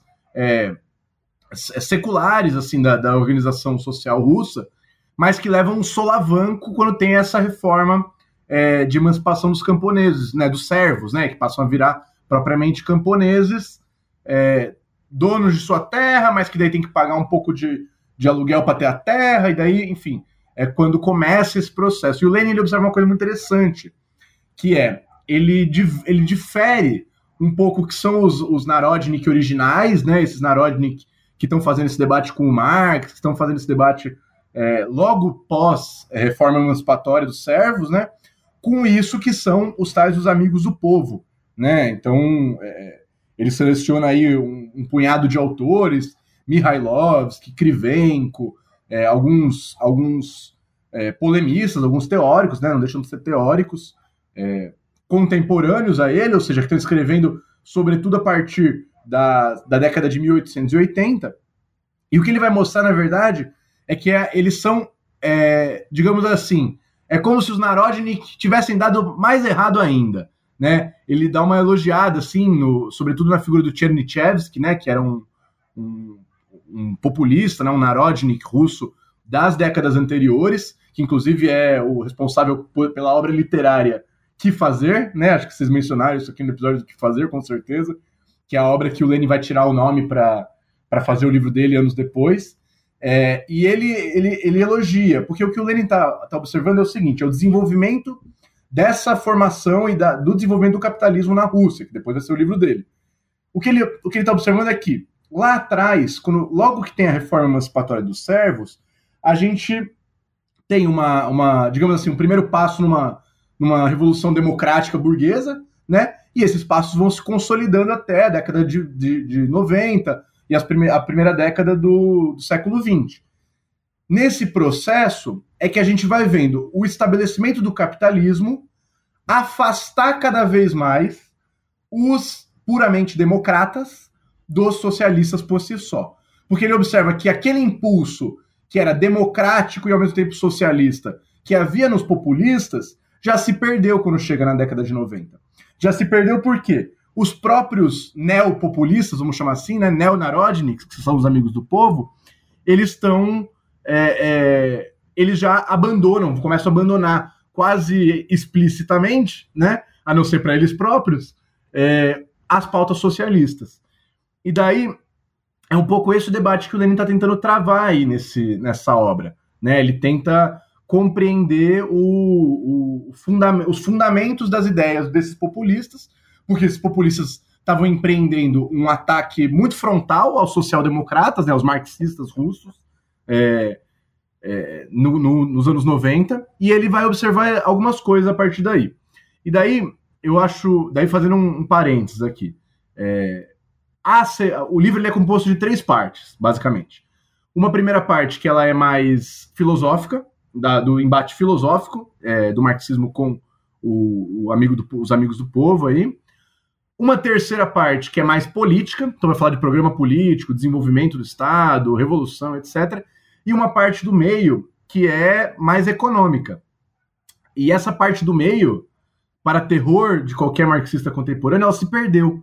seculares assim da organização social russa, mas que levam um solavanco quando tem essa reforma de emancipação dos camponeses, né, dos servos, né, que passam a virar propriamente camponeses, donos de sua terra, mas que daí tem que pagar um pouco de aluguel para ter a terra, e daí, enfim, é quando começa esse processo. E o Lenin ele observa uma coisa muito interessante, que é, ele difere um pouco o que são os Narodnik originais, né, esses Narodnik que estão fazendo esse debate com o Marx, que estão fazendo esse debate logo pós reforma emancipatória dos servos, né, com isso que são os tais dos amigos do povo, né? Então, ele seleciona aí um punhado de autores, Mihailovsky, Krivenko, alguns polemistas, alguns teóricos, né, não deixam de ser teóricos, contemporâneos a ele, ou seja, que estão escrevendo sobretudo a partir da década de 1880, e o que ele vai mostrar, na verdade, é que eles são, digamos assim, é como se os Narodnik tivessem dado mais errado ainda, né? Ele dá uma elogiada, assim, sobretudo na figura do Chernyshevsky, né, que era um populista, né, um Narodnik russo das décadas anteriores, que inclusive é o responsável pela obra literária Que Fazer, né? Acho que vocês mencionaram isso aqui no episódio do Que Fazer, com certeza, que é a obra que o Lenin vai tirar o nome para fazer o livro dele anos depois. E ele elogia, porque o que o Lenin está observando é o seguinte, é o desenvolvimento dessa formação e do desenvolvimento do capitalismo na Rússia, que depois vai ser o livro dele. O que ele está observando é que, lá atrás, logo que tem a reforma emancipatória dos servos, a gente tem digamos assim, um primeiro passo numa revolução democrática burguesa, né? E esses passos vão se consolidando até a década de 90 e a primeira década do século XX. Nesse processo é que a gente vai vendo o estabelecimento do capitalismo afastar cada vez mais os puramente democratas dos socialistas por si só. Porque ele observa que aquele impulso que era democrático e ao mesmo tempo socialista que havia nos populistas já se perdeu quando chega na década de 90. Já se perdeu por quê? Os próprios neopopulistas, vamos chamar assim, né, neonarodniks, que são os amigos do povo, eles já abandonam, começam a abandonar quase explicitamente, né, a não ser para eles próprios, as pautas socialistas. E daí é um pouco esse o debate que o Lenin está tentando travar aí nessa obra, né? Ele tenta compreender os fundamentos das ideias desses populistas, porque esses populistas estavam empreendendo um ataque muito frontal aos social-democratas, né, aos marxistas russos, nos anos 90, e ele vai observar algumas coisas a partir daí. E daí, eu acho, fazendo um parênteses aqui, o livro ele é composto de 3 partes, basicamente. Uma primeira parte que ela é mais filosófica, do embate filosófico do marxismo com os amigos do povo aí. Uma terceira parte que é mais política, então vai falar de programa político, desenvolvimento do Estado, revolução, etc. E uma parte do meio que é mais econômica. E essa parte do meio, para terror de qualquer marxista contemporâneo, ela se perdeu.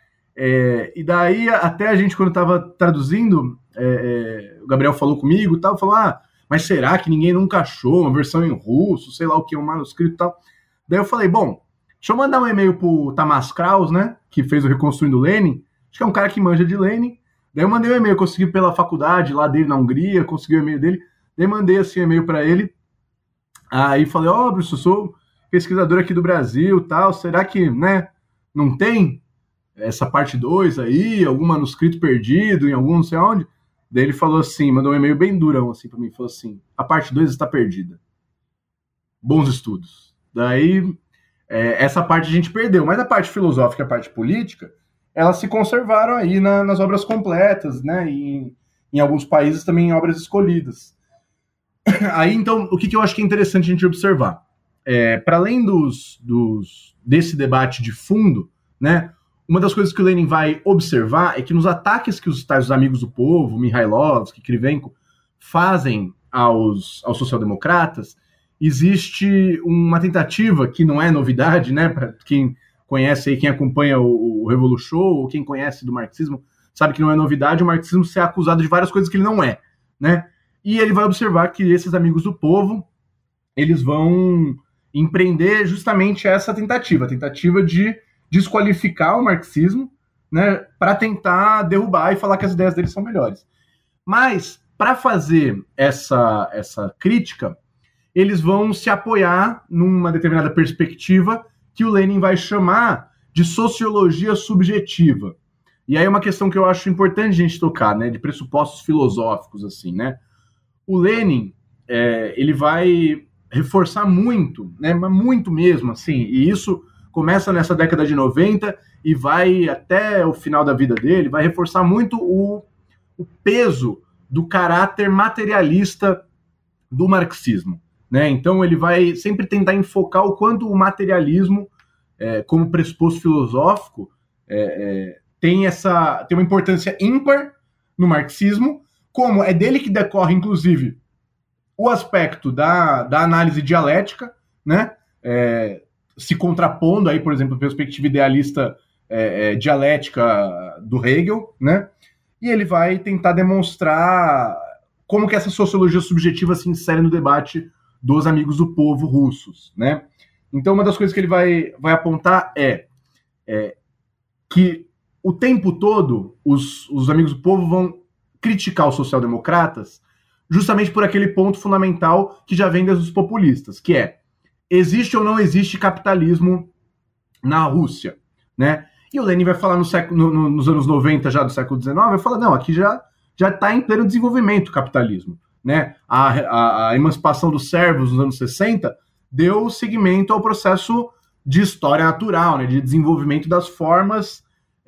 E daí, até a gente, quando estava traduzindo, o Gabriel falou comigo e tal, falou, mas será que ninguém nunca achou uma versão em russo, sei lá o que, um manuscrito e tal? Daí eu falei, bom, deixa eu mandar um e-mail pro Tamás Kraus, né, que fez o Reconstruindo Lenin, acho que é um cara que manja de Lenin. Daí eu mandei um e-mail, consegui pela faculdade lá dele na Hungria, consegui o e-mail dele, daí mandei assim um e-mail para ele, aí falei, Bruce, eu sou pesquisador aqui do Brasil e tal, será que, né, não tem essa parte 2 aí, algum manuscrito perdido em algum não sei onde? Daí ele falou assim, mandou um e-mail bem durão assim para mim, falou assim, a parte 2 está perdida. Bons estudos. Daí, essa parte a gente perdeu, mas a parte filosófica e a parte política, elas se conservaram aí nas obras completas, né, e em alguns países também em obras escolhidas. Aí, então, o que eu acho que é interessante a gente observar? Para além desse debate de fundo, né, uma das coisas que o Lenin vai observar é que nos ataques que os amigos do povo, Mihailovsky, Krivenko, fazem aos social-democratas, existe uma tentativa, que não é novidade, né, para quem conhece aí, quem acompanha o Revolution, ou quem conhece do marxismo, sabe que não é novidade o marxismo ser acusado de várias coisas que ele não é, né? E ele vai observar que esses amigos do povo, eles vão empreender justamente essa tentativa de desqualificar o marxismo, né, para tentar derrubar e falar que as ideias deles são melhores. Mas, para fazer essa crítica, eles vão se apoiar numa determinada perspectiva que o Lenin vai chamar de sociologia subjetiva. E aí é uma questão que eu acho importante a gente tocar, né, de pressupostos filosóficos, assim, né? O Lenin, ele vai reforçar muito, né, mas muito mesmo, assim, e isso começa nessa década de 90 e vai até o final da vida dele, vai reforçar muito o peso do caráter materialista do marxismo, né? Então ele vai sempre tentar enfocar o quanto o materialismo, como pressuposto filosófico, tem uma importância ímpar no marxismo, como é dele que decorre, inclusive, o aspecto da análise dialética, né? Se contrapondo aí, por exemplo, a perspectiva idealista dialética do Hegel, né? E ele vai tentar demonstrar como que essa sociologia subjetiva se insere no debate dos amigos do povo russos, né? Então, uma das coisas que ele vai apontar é que o tempo todo os amigos do povo vão criticar os social-democratas justamente por aquele ponto fundamental que já vem desde os populistas, que é: existe ou não existe capitalismo na Rússia, né? E o Lenin vai falar nos anos 90 já do século XIX, vai falar, não, aqui já está em pleno desenvolvimento o capitalismo, né? A emancipação dos servos nos anos 60 deu seguimento ao processo de história natural, né, de desenvolvimento das formas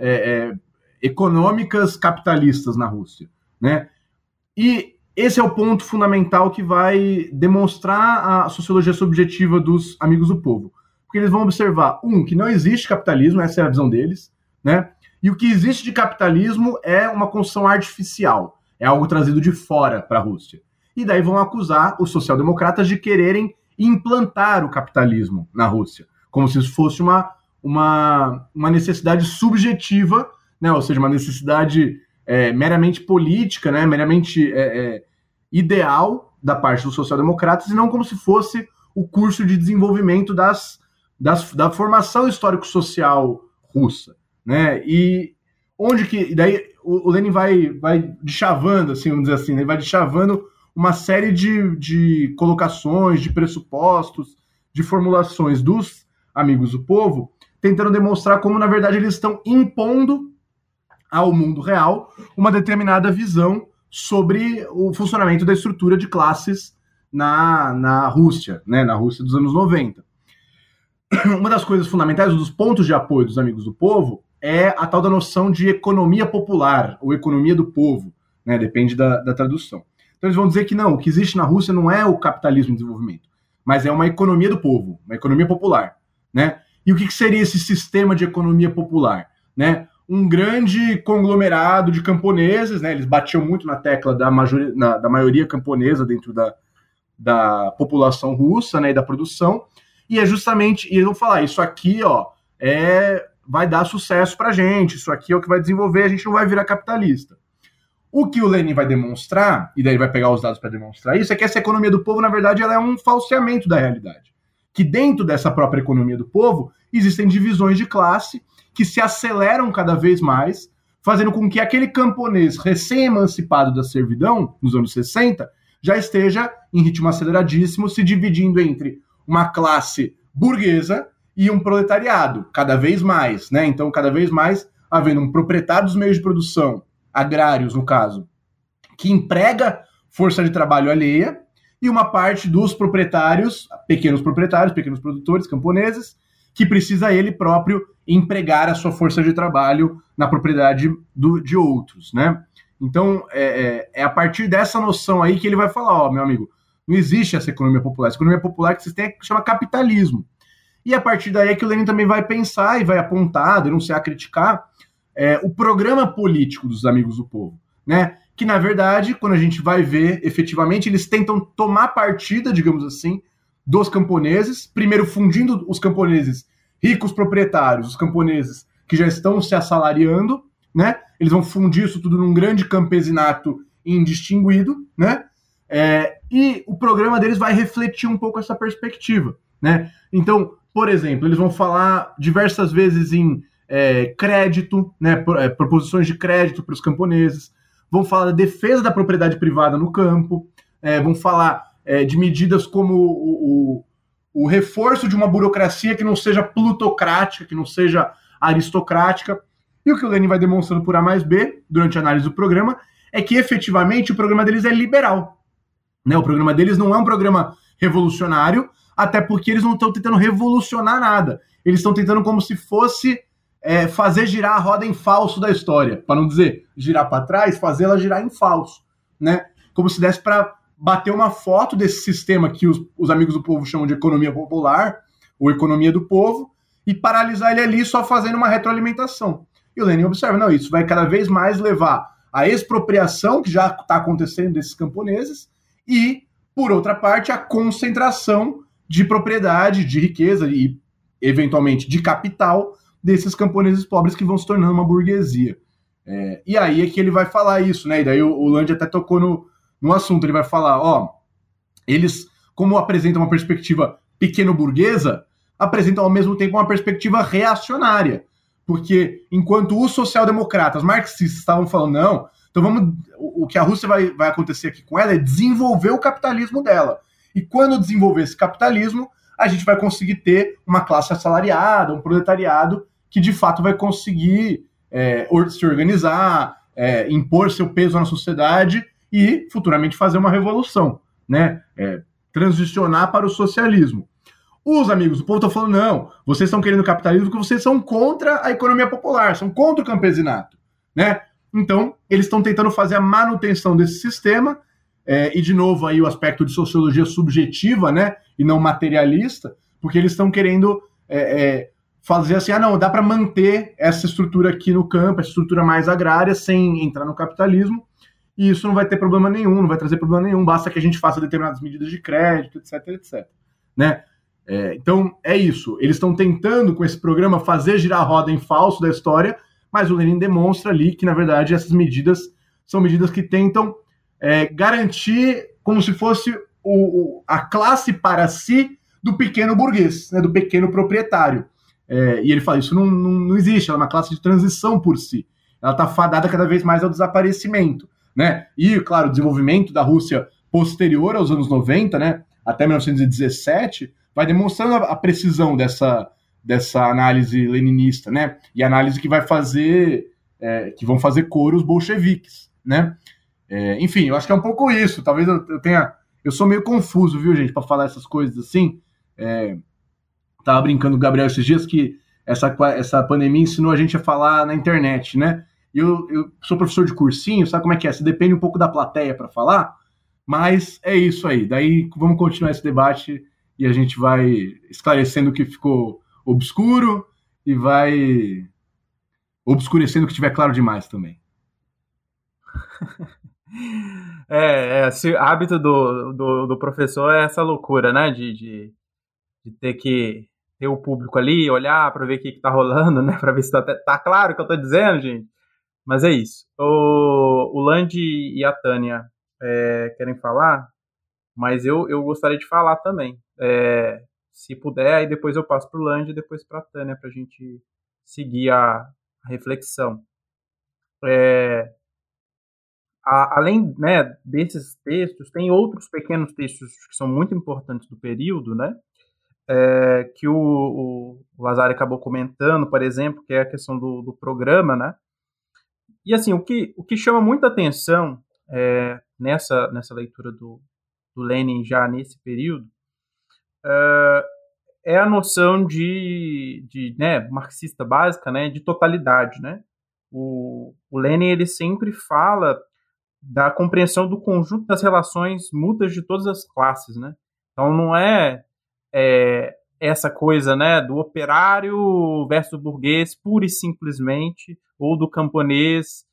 econômicas capitalistas na Rússia, né? E esse é o ponto fundamental que vai demonstrar a sociologia subjetiva dos amigos do povo. Porque eles vão observar, que não existe capitalismo, essa é a visão deles, né? E o que existe de capitalismo é uma construção artificial, é algo trazido de fora para a Rússia. E daí vão acusar os social-democratas de quererem implantar o capitalismo na Rússia, como se isso fosse uma necessidade subjetiva, né? Ou seja, uma necessidade meramente política, né? Meramente ideal da parte dos social-democratas, e não como se fosse o curso de desenvolvimento da formação histórico-social russa, né? E onde que... Daí o Lenin vai deschavando, assim, vamos dizer assim, né? Vai deschavando uma série de colocações, de pressupostos, de formulações dos amigos do povo, tentando demonstrar como, na verdade, eles estão impondo ao mundo real uma determinada visão sobre o funcionamento da estrutura de classes na Rússia, né? Na Rússia dos anos 90. Uma das coisas fundamentais, um dos pontos de apoio dos amigos do povo, é a tal da noção de economia popular, ou economia do povo, né? Depende da tradução. Então eles vão dizer que não, o que existe na Rússia não é o capitalismo em desenvolvimento, mas é uma economia do povo, uma economia popular, né? E o que seria esse sistema de economia popular, né? Um grande conglomerado de camponeses, né? Eles batiam muito na tecla da maioria camponesa dentro da população russa, né? E da produção, e é justamente, e eles vão falar, isso aqui, ó, vai dar sucesso pra gente, isso aqui é o que vai desenvolver, a gente não vai virar capitalista. O que o Lenin vai demonstrar, e daí vai pegar os dados para demonstrar isso, é que essa economia do povo, na verdade, ela é um falseamento da realidade. Que dentro dessa própria economia do povo, existem divisões de classe que se aceleram cada vez mais, fazendo com que aquele camponês recém-emancipado da servidão, nos anos 60, já esteja em ritmo aceleradíssimo, se dividindo entre uma classe burguesa e um proletariado, cada vez mais, né? Então, cada vez mais, havendo um proprietário dos meios de produção, agrários, no caso, que emprega força de trabalho alheia, e uma parte dos proprietários, pequenos produtores, camponeses, que precisa ele próprio empregar a sua força de trabalho na propriedade de outros, né? Então, é a partir dessa noção aí que ele vai falar, ó, meu amigo, não existe essa economia popular. Essa economia popular que vocês têm chama capitalismo. E a partir daí é que o Lenin também vai pensar e vai apontar, denunciar, criticar o programa político dos amigos do povo, né? Que, na verdade, quando a gente vai ver, efetivamente, eles tentam tomar partida, digamos assim, dos camponeses, primeiro fundindo os camponeses ricos proprietários, os camponeses que já estão se assalariando, né? Eles vão fundir isso tudo num grande campesinato indistinguido, né? E o programa deles vai refletir um pouco essa perspectiva, né? Então, por exemplo, eles vão falar diversas vezes em crédito, né? Proposições de crédito para os camponeses, vão falar da defesa da propriedade privada no campo, vão falar de medidas como o reforço de uma burocracia que não seja plutocrática, que não seja aristocrática. E o que o Lenin vai demonstrando por A mais B, durante a análise do programa, é que efetivamente o programa deles é liberal. Né? O programa deles não é um programa revolucionário, até porque eles não estão tentando revolucionar nada. Eles estão tentando como se fosse fazer girar a roda em falso da história. Para não dizer girar para trás, fazê-la girar em falso. Né? Como se desse para bater uma foto desse sistema que os amigos do povo chamam de economia popular, ou economia do povo, e paralisar ele ali só fazendo uma retroalimentação. E o Lenin observa, não, isso vai cada vez mais levar à expropriação, que já está acontecendo desses camponeses, e, por outra parte, a concentração de propriedade, de riqueza e, eventualmente, de capital desses camponeses pobres que vão se tornando uma burguesia. E aí é que ele vai falar isso, né? E daí o Lande até tocou no assunto. Ele vai falar, eles, como apresentam uma perspectiva pequeno-burguesa, apresentam ao mesmo tempo uma perspectiva reacionária. Porque enquanto os social-democratas marxistas estavam falando, não, então o que a Rússia vai acontecer aqui com ela é desenvolver o capitalismo dela. E quando desenvolver esse capitalismo, a gente vai conseguir ter uma classe assalariada, um proletariado que de fato vai conseguir se organizar, impor seu peso na sociedade e futuramente fazer uma revolução, né? Transicionar para o socialismo. Os amigos do povo estão falando, não, vocês estão querendo capitalismo porque vocês são contra a economia popular, são contra o campesinato, né? Então, eles estão tentando fazer a manutenção desse sistema, e de novo aí o aspecto de sociologia subjetiva, né, e não materialista, porque eles estão querendo fazer assim, não, dá para manter essa estrutura aqui no campo, essa estrutura mais agrária, sem entrar no capitalismo, e isso não vai ter problema nenhum, não vai trazer problema nenhum, basta que a gente faça determinadas medidas de crédito, etc, etc, né? Então, é isso. Eles estão tentando, com esse programa, fazer girar a roda em falso da história, mas o Lenin demonstra ali que, na verdade, essas medidas são medidas que tentam garantir como se fosse a classe para si do pequeno burguês, né, do pequeno proprietário. E ele fala, isso não existe, ela é uma classe de transição por si. Ela está fadada cada vez mais ao desaparecimento. Né? E, claro, o desenvolvimento da Rússia posterior aos anos 90, né, até 1917, vai demonstrando a precisão dessa análise leninista, né? E análise que que vão fazer coro os bolcheviques, né? Enfim, eu acho que é um pouco isso. Talvez eu sou meio confuso, viu, gente, para falar essas coisas assim. Tava brincando com o Gabriel esses dias que essa pandemia ensinou a gente a falar na internet, né? Eu sou professor de cursinho, sabe como é que é? Você depende um pouco da plateia para falar, mas é isso aí. Daí vamos continuar esse debate e a gente vai esclarecendo o que ficou obscuro e vai obscurecendo o que estiver claro demais também. Esse hábito do professor é essa loucura, né? De ter que ter o público ali, olhar para ver o que está rolando, né? Para ver se tá claro o que eu estou dizendo, gente. Mas é isso. O Lande e a Tânia querem falar, mas eu gostaria de falar também. Se puder, aí depois eu passo para o Lande e depois para a Tânia, para a gente seguir a reflexão. Além, né, desses textos, tem outros pequenos textos que são muito importantes do período, né? Que o Lazari acabou comentando, por exemplo, que é a questão do programa, né? E assim, o que chama muita atenção nessa leitura do Lenin já nesse período é a noção de marxista básica, né, de totalidade, né? O Lenin ele sempre fala da compreensão do conjunto das relações mútuas de todas as classes, né? Então não é essa coisa, né, do operário versus burguês pura e simplesmente, ou do camponês,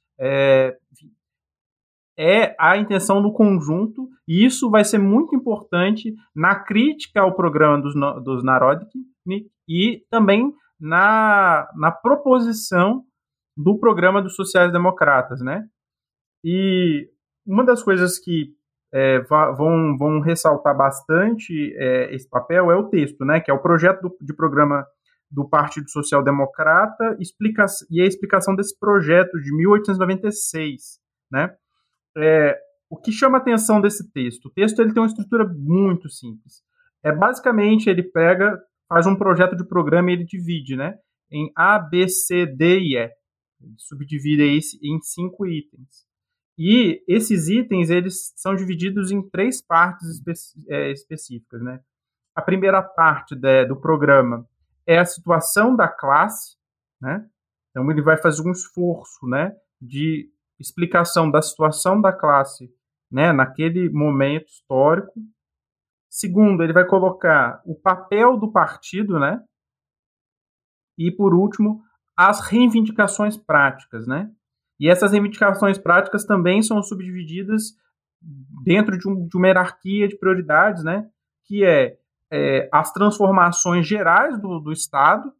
a intenção do conjunto, e isso vai ser muito importante na crítica ao programa dos Narodnik e também na proposição do programa dos sociais-democratas, né? E uma das coisas que vão ressaltar bastante esse papel é o texto, né, que é o projeto de programa do Partido Social Democrata e a explicação desse projeto de 1896, né? o que chama a atenção desse texto? O texto ele tem uma estrutura muito simples. Basicamente, ele faz um projeto de programa e ele divide, né, em A, B, C, D e E. Ele subdivide isso em 5 itens. E esses itens eles são divididos em 3 partes específicas, né? A primeira parte do programa é a situação da classe, né? Então ele vai fazer um esforço, né, de explicação da situação da classe, né, naquele momento histórico. Segundo, ele vai colocar o papel do partido, né? E por último, as reivindicações práticas, né? E essas reivindicações práticas também são subdivididas dentro de uma hierarquia de prioridades, né? Que as transformações gerais do Estado,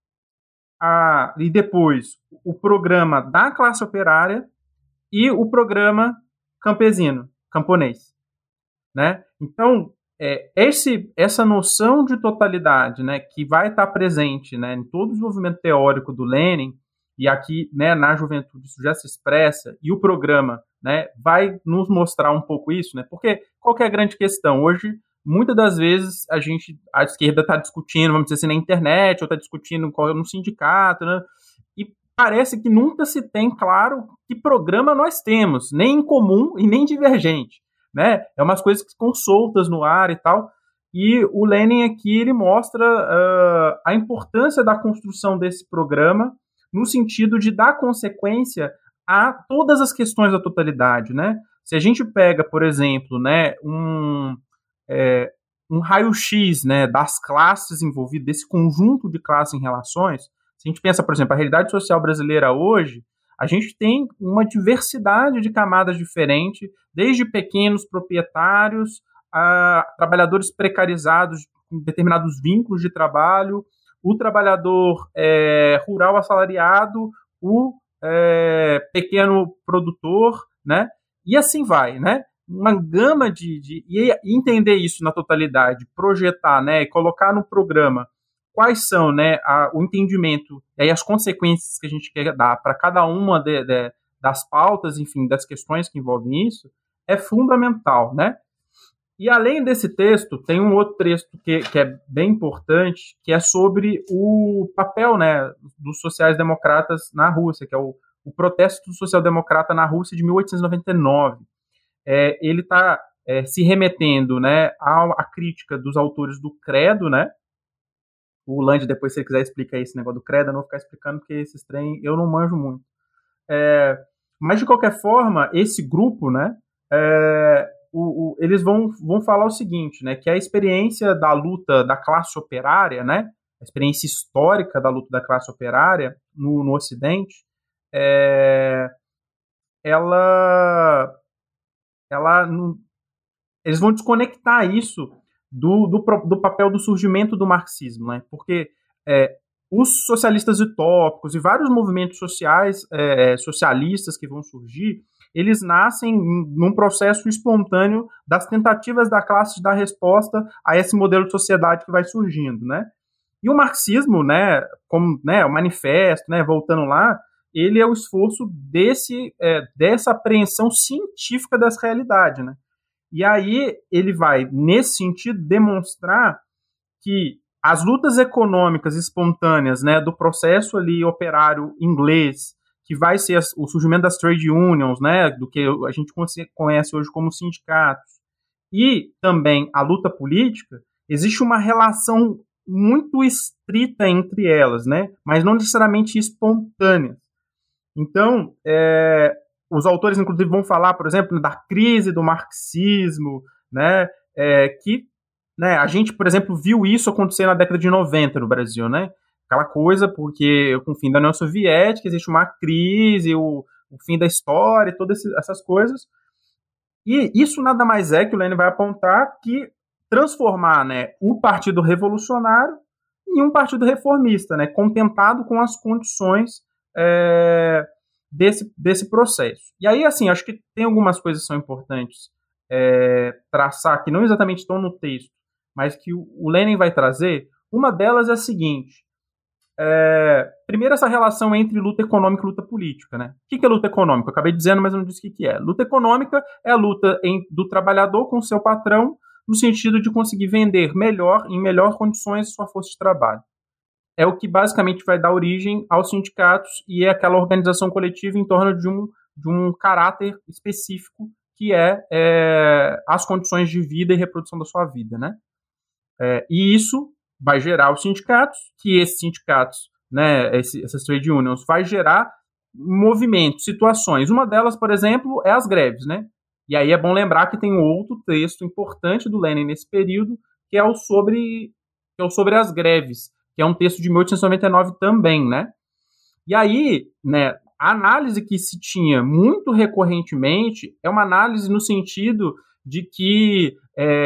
e depois o programa da classe operária e o programa camponês, né? Então, essa noção de totalidade, né, que vai estar presente, né, em todo o desenvolvimento teórico do Lenin, e aqui, né, na juventude isso já se expressa, e o programa, né, vai nos mostrar um pouco isso, né, porque qual que é a grande questão? Hoje, muitas das vezes, a esquerda está discutindo, vamos dizer assim, na internet, ou está discutindo no sindicato, né, e parece que nunca se tem claro que programa nós temos, nem em comum e nem divergente, né? É umas coisas que ficam soltas no ar e tal. E o Lenin aqui ele mostra a importância da construção desse programa no sentido de dar consequência a todas as questões da totalidade, né? Se a gente pega, por exemplo, né, um raio-x, né, das classes envolvidas, desse conjunto de classes em relações, se a gente pensa, por exemplo, a realidade social brasileira hoje, a gente tem uma diversidade de camadas diferentes, desde pequenos proprietários a trabalhadores precarizados com determinados vínculos de trabalho, o trabalhador rural assalariado, o pequeno produtor, né? E assim vai, né? Uma gama e entender isso na totalidade, projetar, né, e colocar no programa quais são, né, o entendimento e as consequências que a gente quer dar para cada uma das pautas, enfim, das questões que envolvem isso, é fundamental, né? E além desse texto, tem um outro texto que é bem importante, que é sobre o papel, né, dos sociais-democratas na Rússia, que é o protesto social-democrata na Rússia de 1899. Ele está se remetendo, né, à crítica dos autores do Credo, né? O Land, depois, se ele quiser explicar esse negócio do credo, eu não vou ficar explicando, porque esses trem eu não manjo muito. Mas, de qualquer forma, esse grupo, né, eles vão falar o seguinte, né, que a experiência da luta da classe operária, né, a experiência histórica da luta da classe operária no Ocidente, eles vão desconectar isso do papel do surgimento do marxismo, né? Porque os socialistas utópicos e vários movimentos sociais, socialistas que vão surgir, eles nascem num processo espontâneo das tentativas da classe de dar resposta a esse modelo de sociedade que vai surgindo, né? E o marxismo, né, como, né, o manifesto, né, voltando lá, ele é o esforço dessa apreensão científica das realidades, né? E aí ele vai, nesse sentido, demonstrar que as lutas econômicas espontâneas, né, do processo ali operário inglês, que vai ser o surgimento das trade unions, né, do que a gente conhece hoje como sindicatos, e também a luta política, existe uma relação muito estrita entre elas, né, mas não necessariamente espontânea. Então, os autores, inclusive, vão falar, por exemplo, da crise do marxismo, né, que, né, a gente, por exemplo, viu isso acontecer na década de 90 no Brasil, né? Aquela coisa, porque com o fim da União Soviética existe uma crise, o fim da história, todas essas coisas. E isso nada mais é que o Lenin vai apontar que transformar, né, o Partido Revolucionário em um partido reformista, né, contentado com as condições desse processo. E aí, assim, acho que tem algumas coisas que são importantes traçar, que não exatamente estão no texto, mas que o Lenin vai trazer. Uma delas é a seguinte: Primeiro, essa relação entre luta econômica e luta política, né? O que é luta econômica? Eu acabei dizendo, mas eu não disse o que é. Luta econômica é a luta do trabalhador com o seu patrão, no sentido de conseguir vender melhor, em melhores condições, sua força de trabalho. É o que basicamente vai dar origem aos sindicatos e é aquela organização coletiva em torno de um caráter específico que as condições de vida e reprodução da sua vida, né? E isso vai gerar os sindicatos, que esses sindicatos, né, essas trade unions, vai gerar movimentos, situações. Uma delas, por exemplo, é as greves, né? E aí é bom lembrar que tem outro texto importante do Lenin nesse período, que é o sobre as greves, que é um texto de 1899 também, né? E aí, né, a análise que se tinha muito recorrentemente é uma análise no sentido de que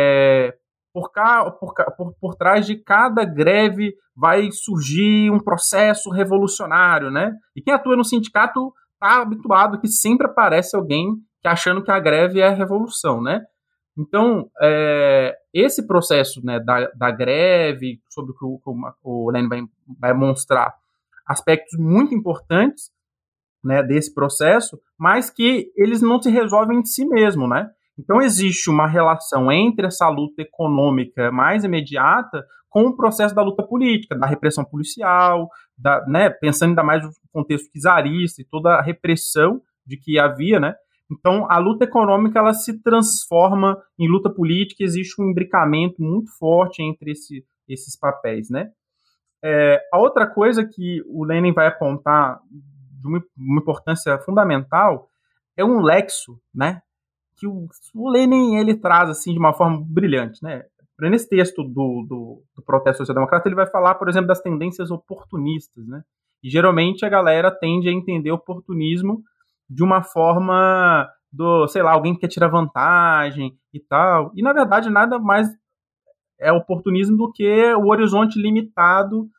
por trás de cada greve vai surgir um processo revolucionário, né? E quem atua no sindicato está habituado que sempre aparece alguém achando que a greve é a revolução, né? Então, esse processo, né, da greve, sobre o que o Lenin vai mostrar aspectos muito importantes, né, desse processo, mas que eles não se resolvem de si mesmo, né? Então, existe uma relação entre essa luta econômica mais imediata com o processo da luta política, da repressão policial, né, pensando ainda mais no contexto czarista e toda a repressão de que havia, né? Então, a luta econômica ela se transforma em luta política, existe um imbricamento muito forte entre esses papéis, né? A outra coisa que o Lenin vai apontar de uma importância fundamental é um lexo, né? Que o Lenin ele traz assim de uma forma brilhante, né? Nesse texto do protesto social-democrata ele vai falar, por exemplo, das tendências oportunistas, né? E geralmente a galera tende a entender oportunismo de uma forma sei lá, alguém que quer tirar vantagem e tal. E, na verdade, nada mais é oportunismo do que o horizonte limitado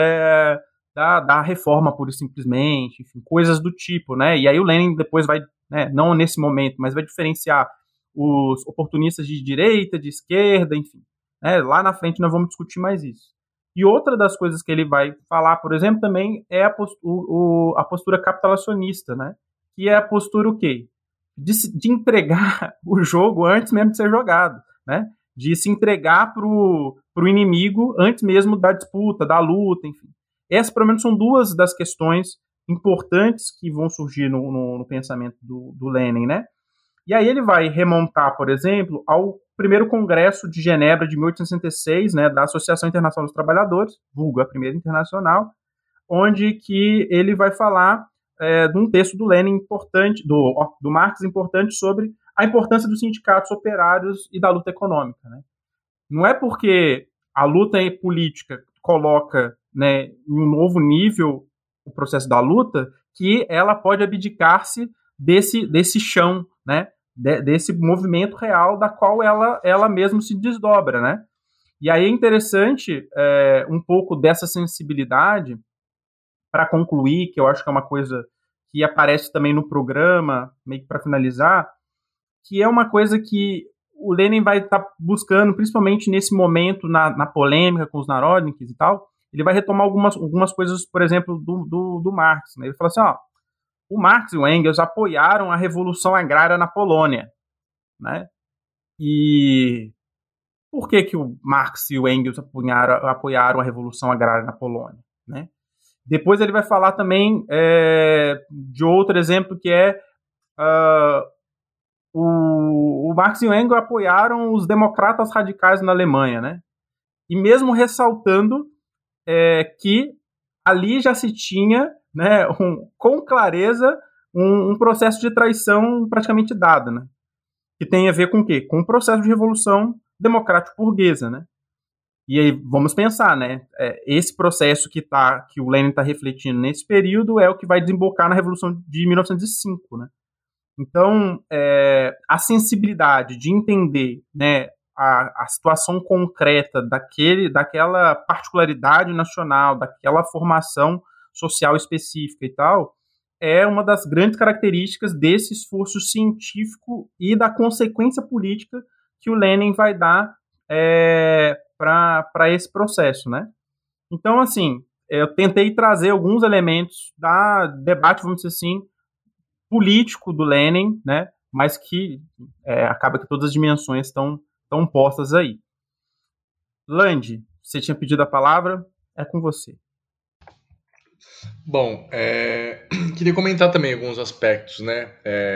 da reforma, pura e simplesmente, enfim, coisas do tipo, né? E aí o Lenin depois vai, né, não nesse momento, mas vai diferenciar os oportunistas de direita, de esquerda, enfim. Né? Lá na frente nós vamos discutir mais isso. E outra das coisas que ele vai falar, por exemplo, também é a postura capitulacionista, né? Que é a postura o quê? De entregar o jogo antes mesmo de ser jogado, né? De se entregar para o inimigo antes mesmo da disputa, da luta, enfim. Essas, pelo menos, são duas das questões importantes que vão surgir no pensamento do Lenin, né? E aí ele vai remontar, por exemplo, ao primeiro Congresso de Genebra de 1866, né, da Associação Internacional dos Trabalhadores, vulgo a primeira internacional, onde que ele vai falar de um texto do Lenin importante, do Marx importante sobre a importância dos sindicatos operários e da luta econômica, né? Não é porque a luta política coloca, né, em um novo nível o processo da luta que ela pode abdicar-se desse chão, né, desse movimento real da qual ela mesma se desdobra, né? E aí é interessante um pouco dessa sensibilidade para concluir, que eu acho que é uma coisa que aparece também no programa, meio que para finalizar, que é uma coisa que o Lenin vai estar buscando, principalmente nesse momento, na polêmica com os Narodniks e tal, ele vai retomar algumas coisas, por exemplo, do Marx. Né? Ele fala assim, ó, o Marx e o Engels apoiaram a Revolução Agrária na Polônia. Né? E por que o Marx e o Engels apoiaram a Revolução Agrária na Polônia? Né? Depois ele vai falar também de outro exemplo que é o Marx e o Engels apoiaram os democratas radicais na Alemanha, né? E mesmo ressaltando que ali já se tinha, né, com clareza um processo de traição praticamente dado, né? Que tem a ver com o quê? Com o processo de revolução democrática burguesa, né? E aí vamos pensar, né? Esse processo que o Lenin está refletindo nesse período é o que vai desembocar na Revolução de 1905, né? Então, a sensibilidade de entender, né, a situação concreta daquela particularidade nacional, daquela formação social específica e tal, é uma das grandes características desse esforço científico e da consequência política que o Lenin vai dar para esse processo, né? Então, assim, eu tentei trazer alguns elementos da debate, vamos dizer assim, político do Lenin, né? Mas que acaba que todas as dimensões estão postas aí. Land, você tinha pedido a palavra, é com você. Bom, queria comentar também alguns aspectos, né,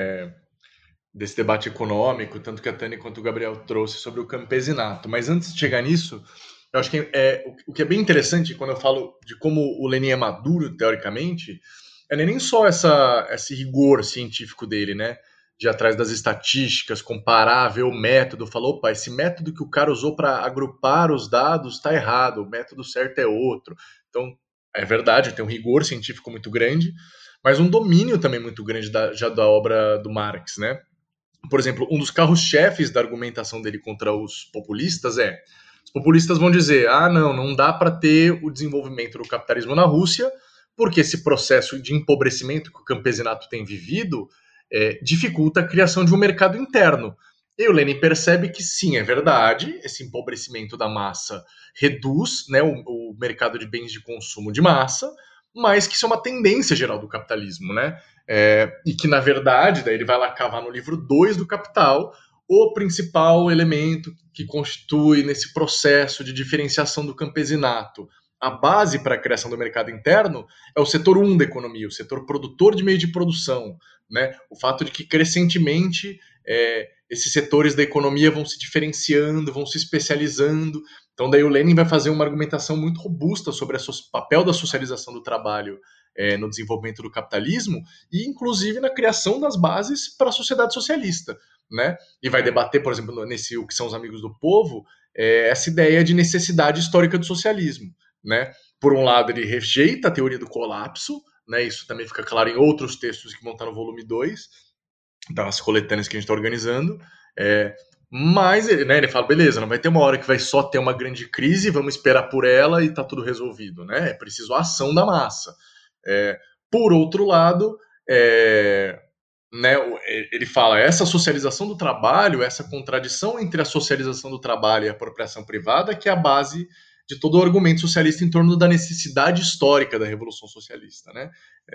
desse debate econômico, tanto que a Tânia quanto o Gabriel trouxe sobre o campesinato. Mas antes de chegar nisso, eu acho que o que é bem interessante quando eu falo de como o Lenin é maduro, teoricamente, não é nem só esse rigor científico dele, né, de ir atrás das estatísticas, comparar, ver o método, falar, opa, esse método que o cara usou para agrupar os dados está errado, o método certo é outro. Então, é verdade, tem um rigor científico muito grande, mas um domínio também muito grande já da obra do Marx, né? Por exemplo, um dos carros-chefes da argumentação dele contra os populistas os populistas vão dizer, não dá para ter o desenvolvimento do capitalismo na Rússia, porque esse processo de empobrecimento que o campesinato tem vivido dificulta a criação de um mercado interno. E o Lenin percebe que sim, é verdade, esse empobrecimento da massa reduz, né, o mercado de bens de consumo de massa, mas que isso é uma tendência geral do capitalismo, né? E que, na verdade, daí ele vai lá cavar no livro 2 do Capital, o principal elemento que constitui nesse processo de diferenciação do campesinato. A base para a criação do mercado interno é o setor 1 da economia, o setor produtor de meio de produção, né? O fato de que crescentemente esses setores da economia vão se diferenciando, vão se especializando. Então daí o Lenin vai fazer uma argumentação muito robusta sobre o papel da socialização do trabalho no desenvolvimento do capitalismo e inclusive na criação das bases para a sociedade socialista, né? E vai debater, por exemplo, nesse O que são os Amigos do Povo, essa ideia de necessidade histórica do socialismo, né? Por um lado, ele rejeita a teoria do colapso, né? Isso também fica claro em outros textos que vão estar no volume 2, das coletâneas que a gente está organizando, mas ele fala, beleza, não vai ter uma hora que vai só ter uma grande crise, vamos esperar por ela e tá tudo resolvido, né? É preciso a ação da massa. Por outro lado, né, ele fala, essa socialização do trabalho, essa contradição entre a socialização do trabalho e a apropriação privada, que é a base de todo o argumento socialista em torno da necessidade histórica da Revolução Socialista, né?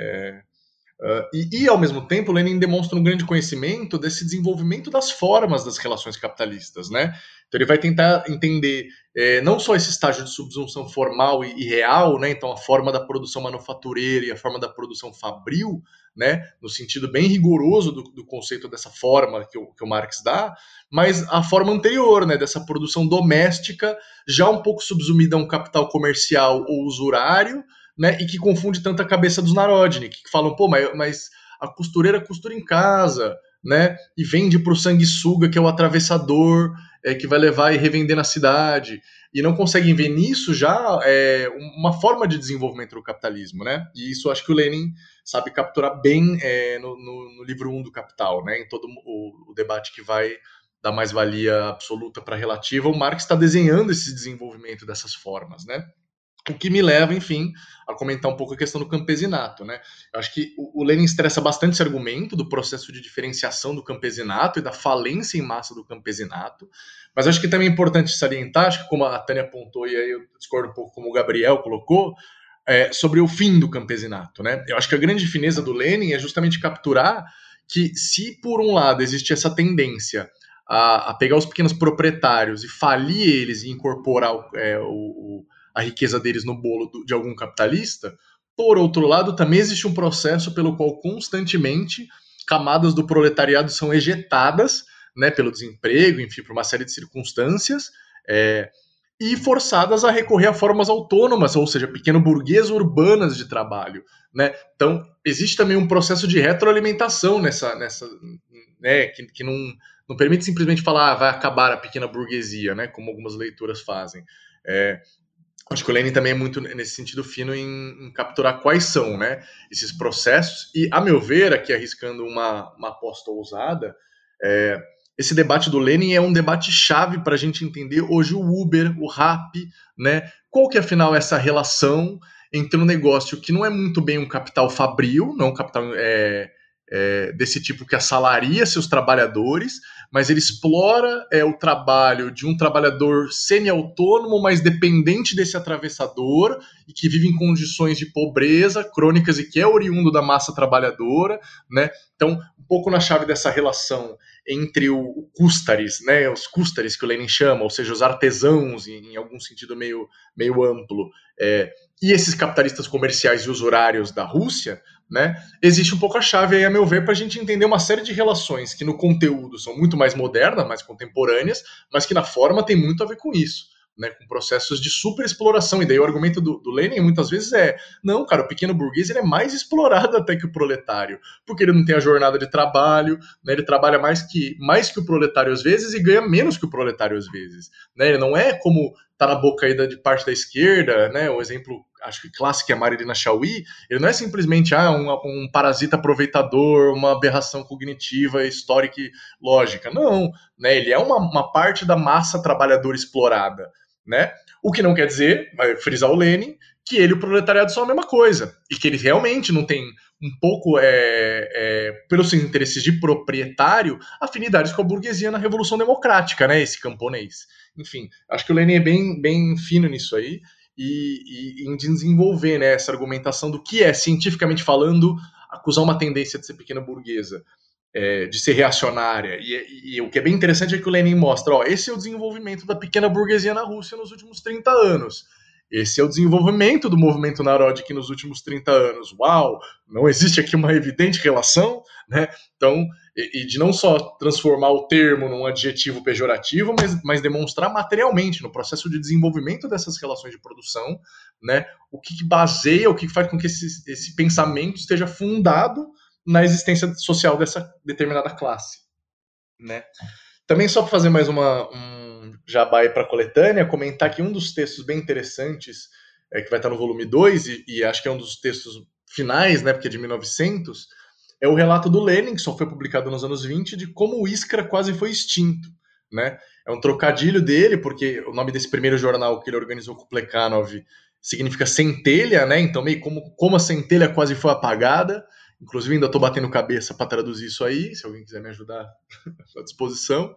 E, ao mesmo tempo, Lenin demonstra um grande conhecimento desse desenvolvimento das formas das relações capitalistas, né? Então ele vai tentar entender não só esse estágio de subsunção formal e real, né? Então a forma da produção manufatureira e a forma da produção fabril, né? No sentido bem rigoroso do conceito dessa forma que o Marx dá, mas a forma anterior, né? Dessa produção doméstica, já um pouco subsumida a um capital comercial ou usurário, né, e que confunde tanto a cabeça dos Narodnik, que falam, mas a costureira costura em casa, né, e vende para o sanguessuga, que é o atravessador, que vai levar e revender na cidade, e não conseguem ver nisso já uma forma de desenvolvimento do capitalismo, né, e isso acho que o Lenin sabe capturar bem no livro 1 do Capital, né, em todo o debate que vai dar mais-valia absoluta para a relativa, o Marx está desenhando esse desenvolvimento dessas formas, né. O que me leva, enfim, a comentar um pouco a questão do campesinato, né? Eu acho que o Lenin estressa bastante esse argumento do processo de diferenciação do campesinato e da falência em massa do campesinato, mas acho que também é importante salientar, acho que como a Tânia apontou, e aí eu discordo um pouco como o Gabriel colocou, sobre o fim do campesinato, né? Eu acho que a grande fineza do Lenin é justamente capturar que se, por um lado, existe essa tendência a pegar os pequenos proprietários e falir eles e incorporar a riqueza deles no bolo de algum capitalista, por outro lado, também existe um processo pelo qual constantemente camadas do proletariado são ejetadas, né, pelo desemprego, enfim, por uma série de circunstâncias, e forçadas a recorrer a formas autônomas, ou seja, pequeno-burguesas urbanas de trabalho, né? Então, existe também um processo de retroalimentação nessa né, que não permite simplesmente falar vai acabar a pequena burguesia, né, como algumas leituras fazem. Acho que o Lenin também é muito nesse sentido fino em capturar quais são, né, esses processos. E, a meu ver, aqui arriscando uma aposta ousada, esse debate do Lenin é um debate chave para a gente entender hoje o Uber, o Rappi, né? Qual que é, afinal, essa relação entre um negócio que não é muito bem um capital fabril, não um capital desse tipo que assalaria seus trabalhadores, mas ele explora o trabalho de um trabalhador semi-autônomo, mas dependente desse atravessador, e que vive em condições de pobreza crônicas e que é oriundo da massa trabalhadora, né? Então, um pouco na chave dessa relação entre o cústares, né, os cústares que o Lenin chama, ou seja, os artesãos, em algum sentido meio amplo, e esses capitalistas comerciais e usurários da Rússia, né, existe um pouco a chave aí, a meu ver, para a gente entender uma série de relações que no conteúdo são muito mais modernas, mais contemporâneas, mas que na forma tem muito a ver com isso, né, com processos de superexploração. E daí o argumento do Lenin muitas vezes não, cara, o pequeno burguês ele é mais explorado até que o proletário, porque ele não tem a jornada de trabalho, né, ele trabalha mais que o proletário às vezes e ganha menos que o proletário às vezes, né, ele não é como tá na boca aí de parte da esquerda, né, o exemplo acho que clássico é a Marilina Chaui, ele não é simplesmente um parasita aproveitador, uma aberração cognitiva, histórica e lógica, não, né, ele é uma parte da massa trabalhadora explorada, né? O que não quer dizer, vai frisar o Lenin, que ele e o proletariado são a mesma coisa, e que ele realmente não tem um pouco, pelos seus interesses de proprietário, afinidades com a burguesia na Revolução Democrática, né, esse camponês. Enfim, acho que o Lenin é bem fino nisso aí, e em desenvolver, né, essa argumentação do que é, cientificamente falando, acusar uma tendência de ser pequena burguesa, de ser reacionária. E o que é bem interessante é que o Lenin mostra, esse é o desenvolvimento da pequena burguesia na Rússia nos últimos 30 anos. Esse é o desenvolvimento do movimento Narodnik nos últimos 30 anos. Uau! Não existe aqui uma evidente relação, né? Então, e de não só transformar o termo num adjetivo pejorativo, mas demonstrar materialmente no processo de desenvolvimento dessas relações de produção, né? O que baseia, o que faz com que esse pensamento esteja fundado na existência social dessa determinada classe, né? Também só para fazer mais um jabá aí para a coletânea, comentar que um dos textos bem interessantes, que vai estar no volume 2, e acho que é um dos textos finais, né, porque é de 1900, é o relato do Lenin, que só foi publicado nos anos 20, de como o Iskra quase foi extinto, né? É um trocadilho dele, porque o nome desse primeiro jornal que ele organizou com o Plekhanov significa centelha, né? Então meio como a centelha quase foi apagada. Inclusive ainda estou batendo cabeça para traduzir isso aí, se alguém quiser me ajudar, à disposição.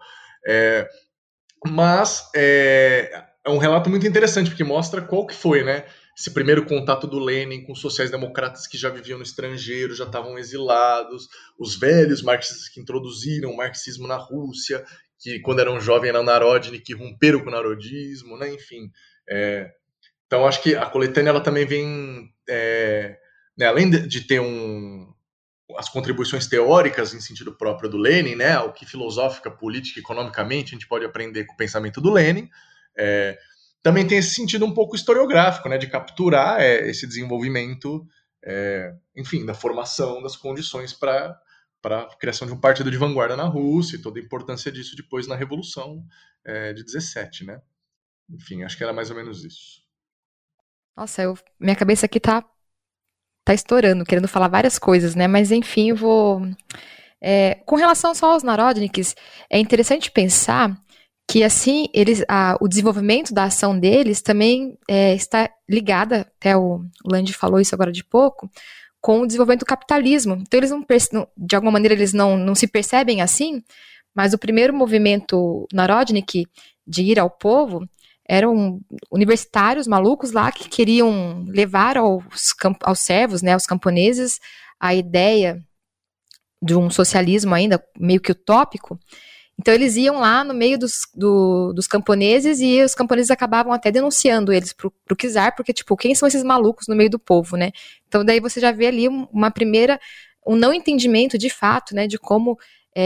Mas é um relato muito interessante, porque mostra qual que foi, né, esse primeiro contato do Lenin com sociais-democratas que já viviam no estrangeiro, já estavam exilados, os velhos marxistas que introduziram o marxismo na Rússia, que quando eram jovens eram Narodnik, que romperam com o narodismo, né, enfim. Então acho que a coletânea ela também vem, né, além de ter as contribuições teóricas em sentido próprio do Lenin, né, o que filosófica, política, economicamente a gente pode aprender com o pensamento do Lenin, também tem esse sentido um pouco historiográfico, né, de capturar esse desenvolvimento, enfim, da formação das condições para a criação de um partido de vanguarda na Rússia e toda a importância disso depois na Revolução de 17, né. Enfim, acho que era mais ou menos isso. Nossa, minha cabeça aqui tá estourando, querendo falar várias coisas, né? Mas enfim, eu vou... com relação só aos Narodniks, é interessante pensar que assim, o desenvolvimento da ação deles também está ligada, até o Land falou isso agora de pouco, com o desenvolvimento do capitalismo. Então eles de alguma maneira eles não se percebem assim, mas o primeiro movimento Narodnik de ir ao povo eram universitários malucos lá que queriam levar aos servos, né, aos camponeses, a ideia de um socialismo ainda meio que utópico. Então eles iam lá no meio dos camponeses e os camponeses acabavam até denunciando eles pro czar, porque, tipo, quem são esses malucos no meio do povo, né? Então daí você já vê ali um não entendimento de fato, né, de como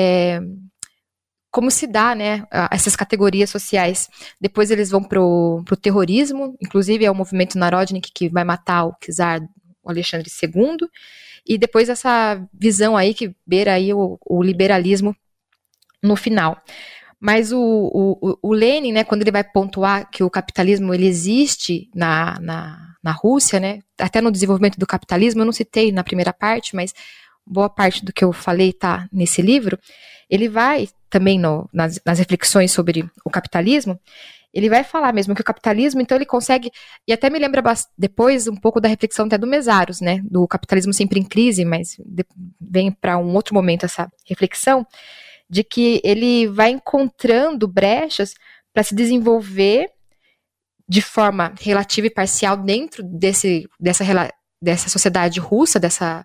se dá, né, essas categorias sociais. Depois eles vão pro terrorismo, inclusive é o movimento Narodnik que vai matar o czar, o Alexandre II, e depois essa visão aí que beira aí o liberalismo no final. Mas o Lenin, né, quando ele vai pontuar que o capitalismo ele existe na Rússia, né, até no desenvolvimento do capitalismo, eu não citei na primeira parte, mas boa parte do que eu falei está nesse livro, ele vai também nas reflexões sobre o capitalismo, ele vai falar mesmo que o capitalismo, então ele consegue, e até me lembra depois um pouco da reflexão até do Mésaros, né, do capitalismo sempre em crise, mas vem para um outro momento essa reflexão, de que ele vai encontrando brechas para se desenvolver de forma relativa e parcial dentro dessa sociedade russa, dessa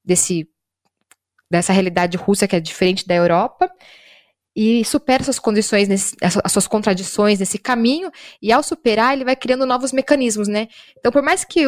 realidade russa que é diferente da Europa, e supera suas condições, as suas contradições nesse caminho, e ao superar ele vai criando novos mecanismos, né? Então, por mais que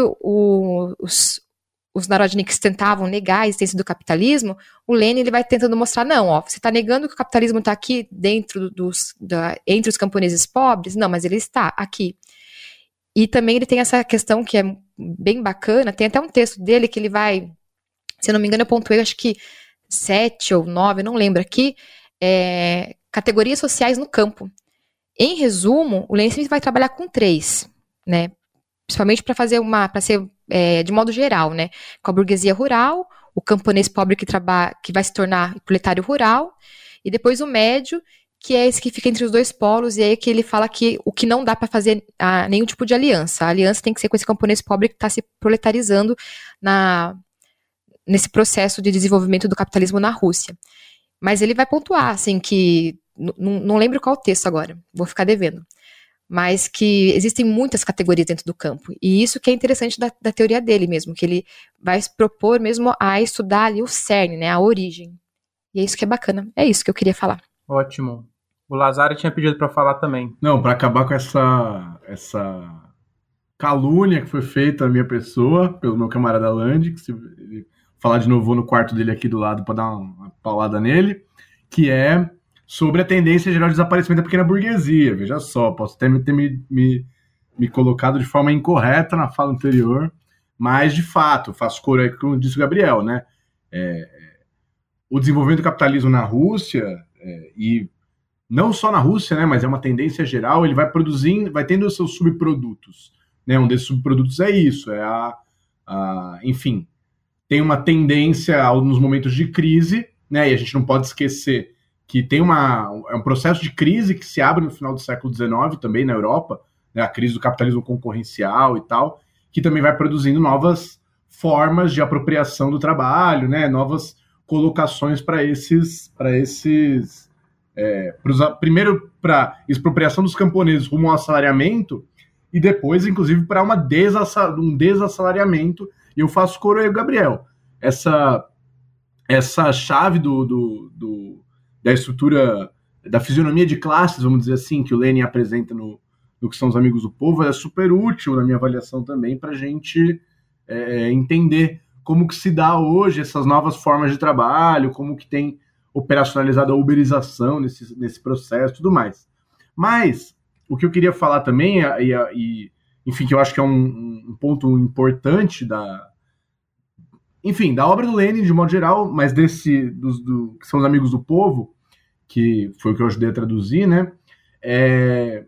os narodniks tentavam negar a existência do capitalismo, o Lenin ele vai tentando mostrar, não, ó, você está negando que o capitalismo está aqui entre os camponeses pobres? Não, mas ele está aqui. E também ele tem essa questão que é bem bacana, tem até um texto dele que ele vai, se eu não me engano eu pontuei, acho que 7 ou 9, eu não lembro aqui, categorias sociais no campo. Em resumo, o Lenin sempre vai trabalhar com 3, né? Principalmente para ser de modo geral, né? Com a burguesia rural, o camponês pobre que vai se tornar proletário rural, e depois o médio, que é esse que fica entre os dois polos, e aí que ele fala que o que não dá para fazer nenhum tipo de aliança. A aliança tem que ser com esse camponês pobre que está se proletarizando nesse processo de desenvolvimento do capitalismo na Rússia. Mas ele vai pontuar, assim, que... Não lembro qual texto agora, vou ficar devendo. Mas que existem muitas categorias dentro do campo. E isso que é interessante da teoria dele mesmo, que ele vai se propor mesmo a estudar ali o cerne, né, a origem. E é isso que é bacana. É isso que eu queria falar. Ótimo. O Lazari tinha pedido para falar também. Não, para acabar com essa calúnia que foi feita à minha pessoa pelo meu camarada Landi, que se ele falar de novo, vou no quarto dele aqui do lado para dar uma paulada nele, que é sobre a tendência geral de desaparecimento da pequena burguesia. Veja só, posso até ter me colocado de forma incorreta na fala anterior, mas, de fato, faço coro aí, como disse o Gabriel, né? O desenvolvimento do capitalismo na Rússia, e não só na Rússia, né, mas é uma tendência geral, ele vai produzindo, vai tendo os seus subprodutos. Né? Um desses subprodutos é isso, enfim, tem uma tendência nos momentos de crise, né, e a gente não pode esquecer que tem um processo de crise que se abre no final do século XIX também na Europa, né, a crise do capitalismo concorrencial e tal, que também vai produzindo novas formas de apropriação do trabalho, né, novas colocações primeiro para expropriação dos camponeses rumo ao assalariamento e depois, inclusive, para um desassalariamento. E eu faço coro aí, Gabriel. Essa chave da estrutura, da fisionomia de classes, vamos dizer assim, que o Lenin apresenta no que são os Amigos do Povo, é super útil, na minha avaliação também, para a gente entender como que se dá hoje essas novas formas de trabalho, como que tem operacionalizado a uberização nesse processo e tudo mais. Mas o que eu queria falar também, enfim, que eu acho que é um ponto importante da obra do Lenin, de modo geral, mas que são os Amigos do Povo, que foi o que eu ajudei a traduzir, né? É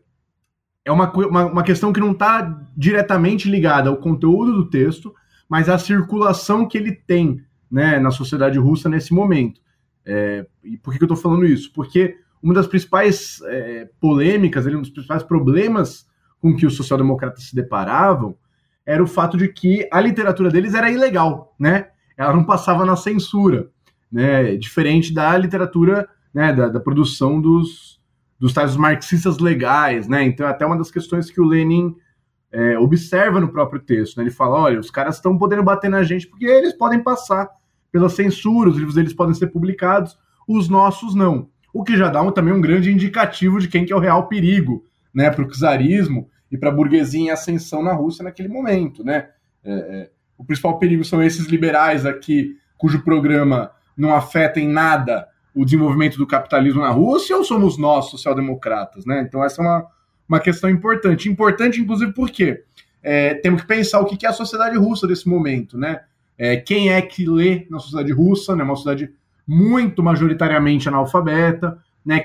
uma questão que não está diretamente ligada ao conteúdo do texto, mas à circulação que ele tem, né, na sociedade russa nesse momento. E por que eu estou falando isso? Porque uma das principais polêmicas, um dos principais problemas com que os social-democratas se deparavam era o fato de que a literatura deles era ilegal, né? Ela não passava na censura, né? Diferente da literatura, né, da produção dos tais marxistas legais, né? Então é até uma das questões que o Lenin observa no próprio texto, né? Ele fala, olha, os caras estão podendo bater na gente porque eles podem passar pela censura, os livros deles podem ser publicados, os nossos não. O que já dá também um grande indicativo de quem que é o real perigo, né, para o czarismo e para a burguesia em ascensão na Rússia naquele momento, né? O principal perigo são esses liberais aqui, cujo programa não afeta em nada o desenvolvimento do capitalismo na Rússia, ou somos nós, social-democratas, né? Então essa é uma questão importante. Importante, inclusive, porque temos que pensar o que é a sociedade russa desse momento, né? Quem é que lê na sociedade russa, né? Uma sociedade muito majoritariamente analfabeta, né?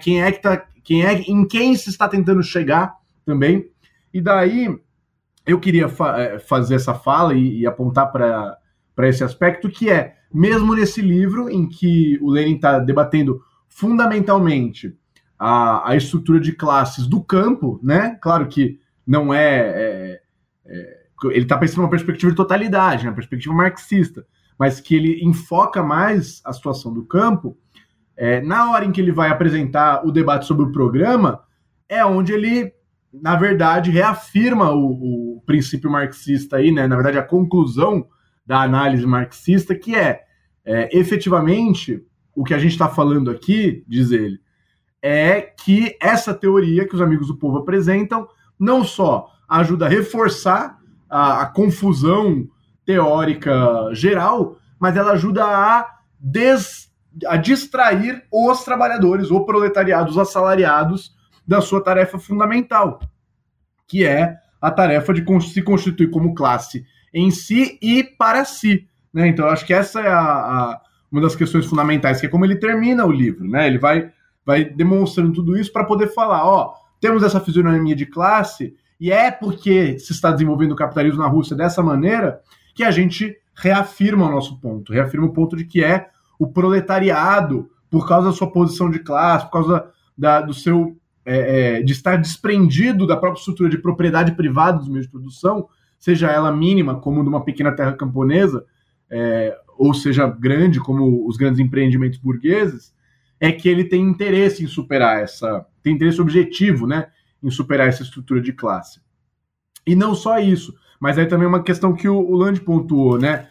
Em quem se está tentando chegar também. E daí eu queria fazer essa fala e apontar para esse aspecto, que mesmo nesse livro em que o Lenin está debatendo fundamentalmente a estrutura de classes do campo, né? Claro que não ele está pensando numa perspectiva de totalidade, uma perspectiva marxista, mas que ele enfoca mais a situação do campo. na hora em que ele vai apresentar o debate sobre o programa, é onde ele, na verdade, reafirma o princípio marxista aí, né? Na verdade, a conclusão da análise marxista, que efetivamente, o que a gente está falando aqui, diz ele, é que essa teoria que os amigos do povo apresentam não só ajuda a reforçar a confusão teórica geral, mas ela ajuda a distrair os trabalhadores, o proletariado, os assalariados da sua tarefa fundamental, que é a tarefa de se constituir como classe em si e para si, né? Então, eu acho que essa é uma das questões fundamentais, que é como ele termina o livro, né? Ele vai demonstrando tudo isso para poder falar, temos essa fisionomia de classe, e é porque se está desenvolvendo o capitalismo na Rússia dessa maneira que a gente reafirma o nosso ponto, reafirma o ponto de que é o proletariado, por causa da sua posição de classe, por causa do seu de estar desprendido da própria estrutura de propriedade privada dos meios de produção, seja ela mínima, como de uma pequena terra camponesa, ou seja grande, como os grandes empreendimentos burgueses, é que ele tem interesse em superar tem interesse objetivo, né, em superar essa estrutura de classe. E não só isso, mas aí também uma questão que o Land pontuou, né,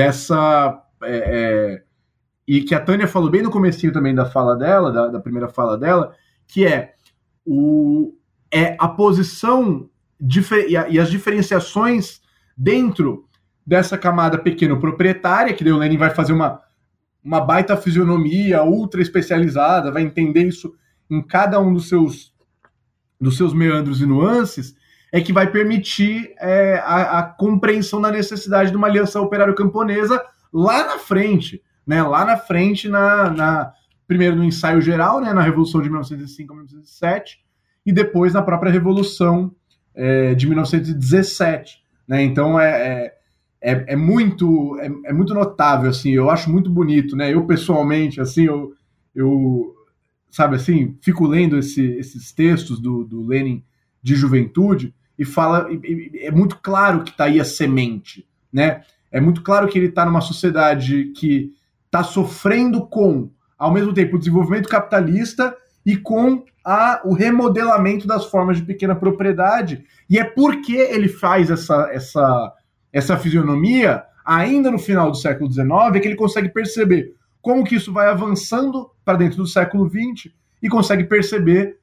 e que a Tânia falou bem no comecinho também da fala dela, da primeira fala dela, que a posição e as diferenciações dentro dessa camada pequeno-proprietária, que daí o Lenin vai fazer uma baita fisionomia ultra especializada, vai entender isso em cada um dos seus meandros e nuances, é que vai permitir a compreensão da necessidade de uma aliança operário-camponesa lá na frente, né? Lá na frente, primeiro no ensaio geral, né? Na Revolução de 1905 a 1907, e depois na própria Revolução de 1917. Né? Então é muito notável, assim, eu acho muito bonito, né? Eu pessoalmente, assim, eu sabe, assim, fico lendo esses textos do Lenin de juventude e é muito claro que está aí a semente, né? É muito claro que ele está numa sociedade que está sofrendo com, ao mesmo tempo, o desenvolvimento capitalista e com o remodelamento das formas de pequena propriedade, e é porque ele faz essa fisionomia, ainda no final do século XIX, é que ele consegue perceber como que isso vai avançando para dentro do século XX e consegue perceber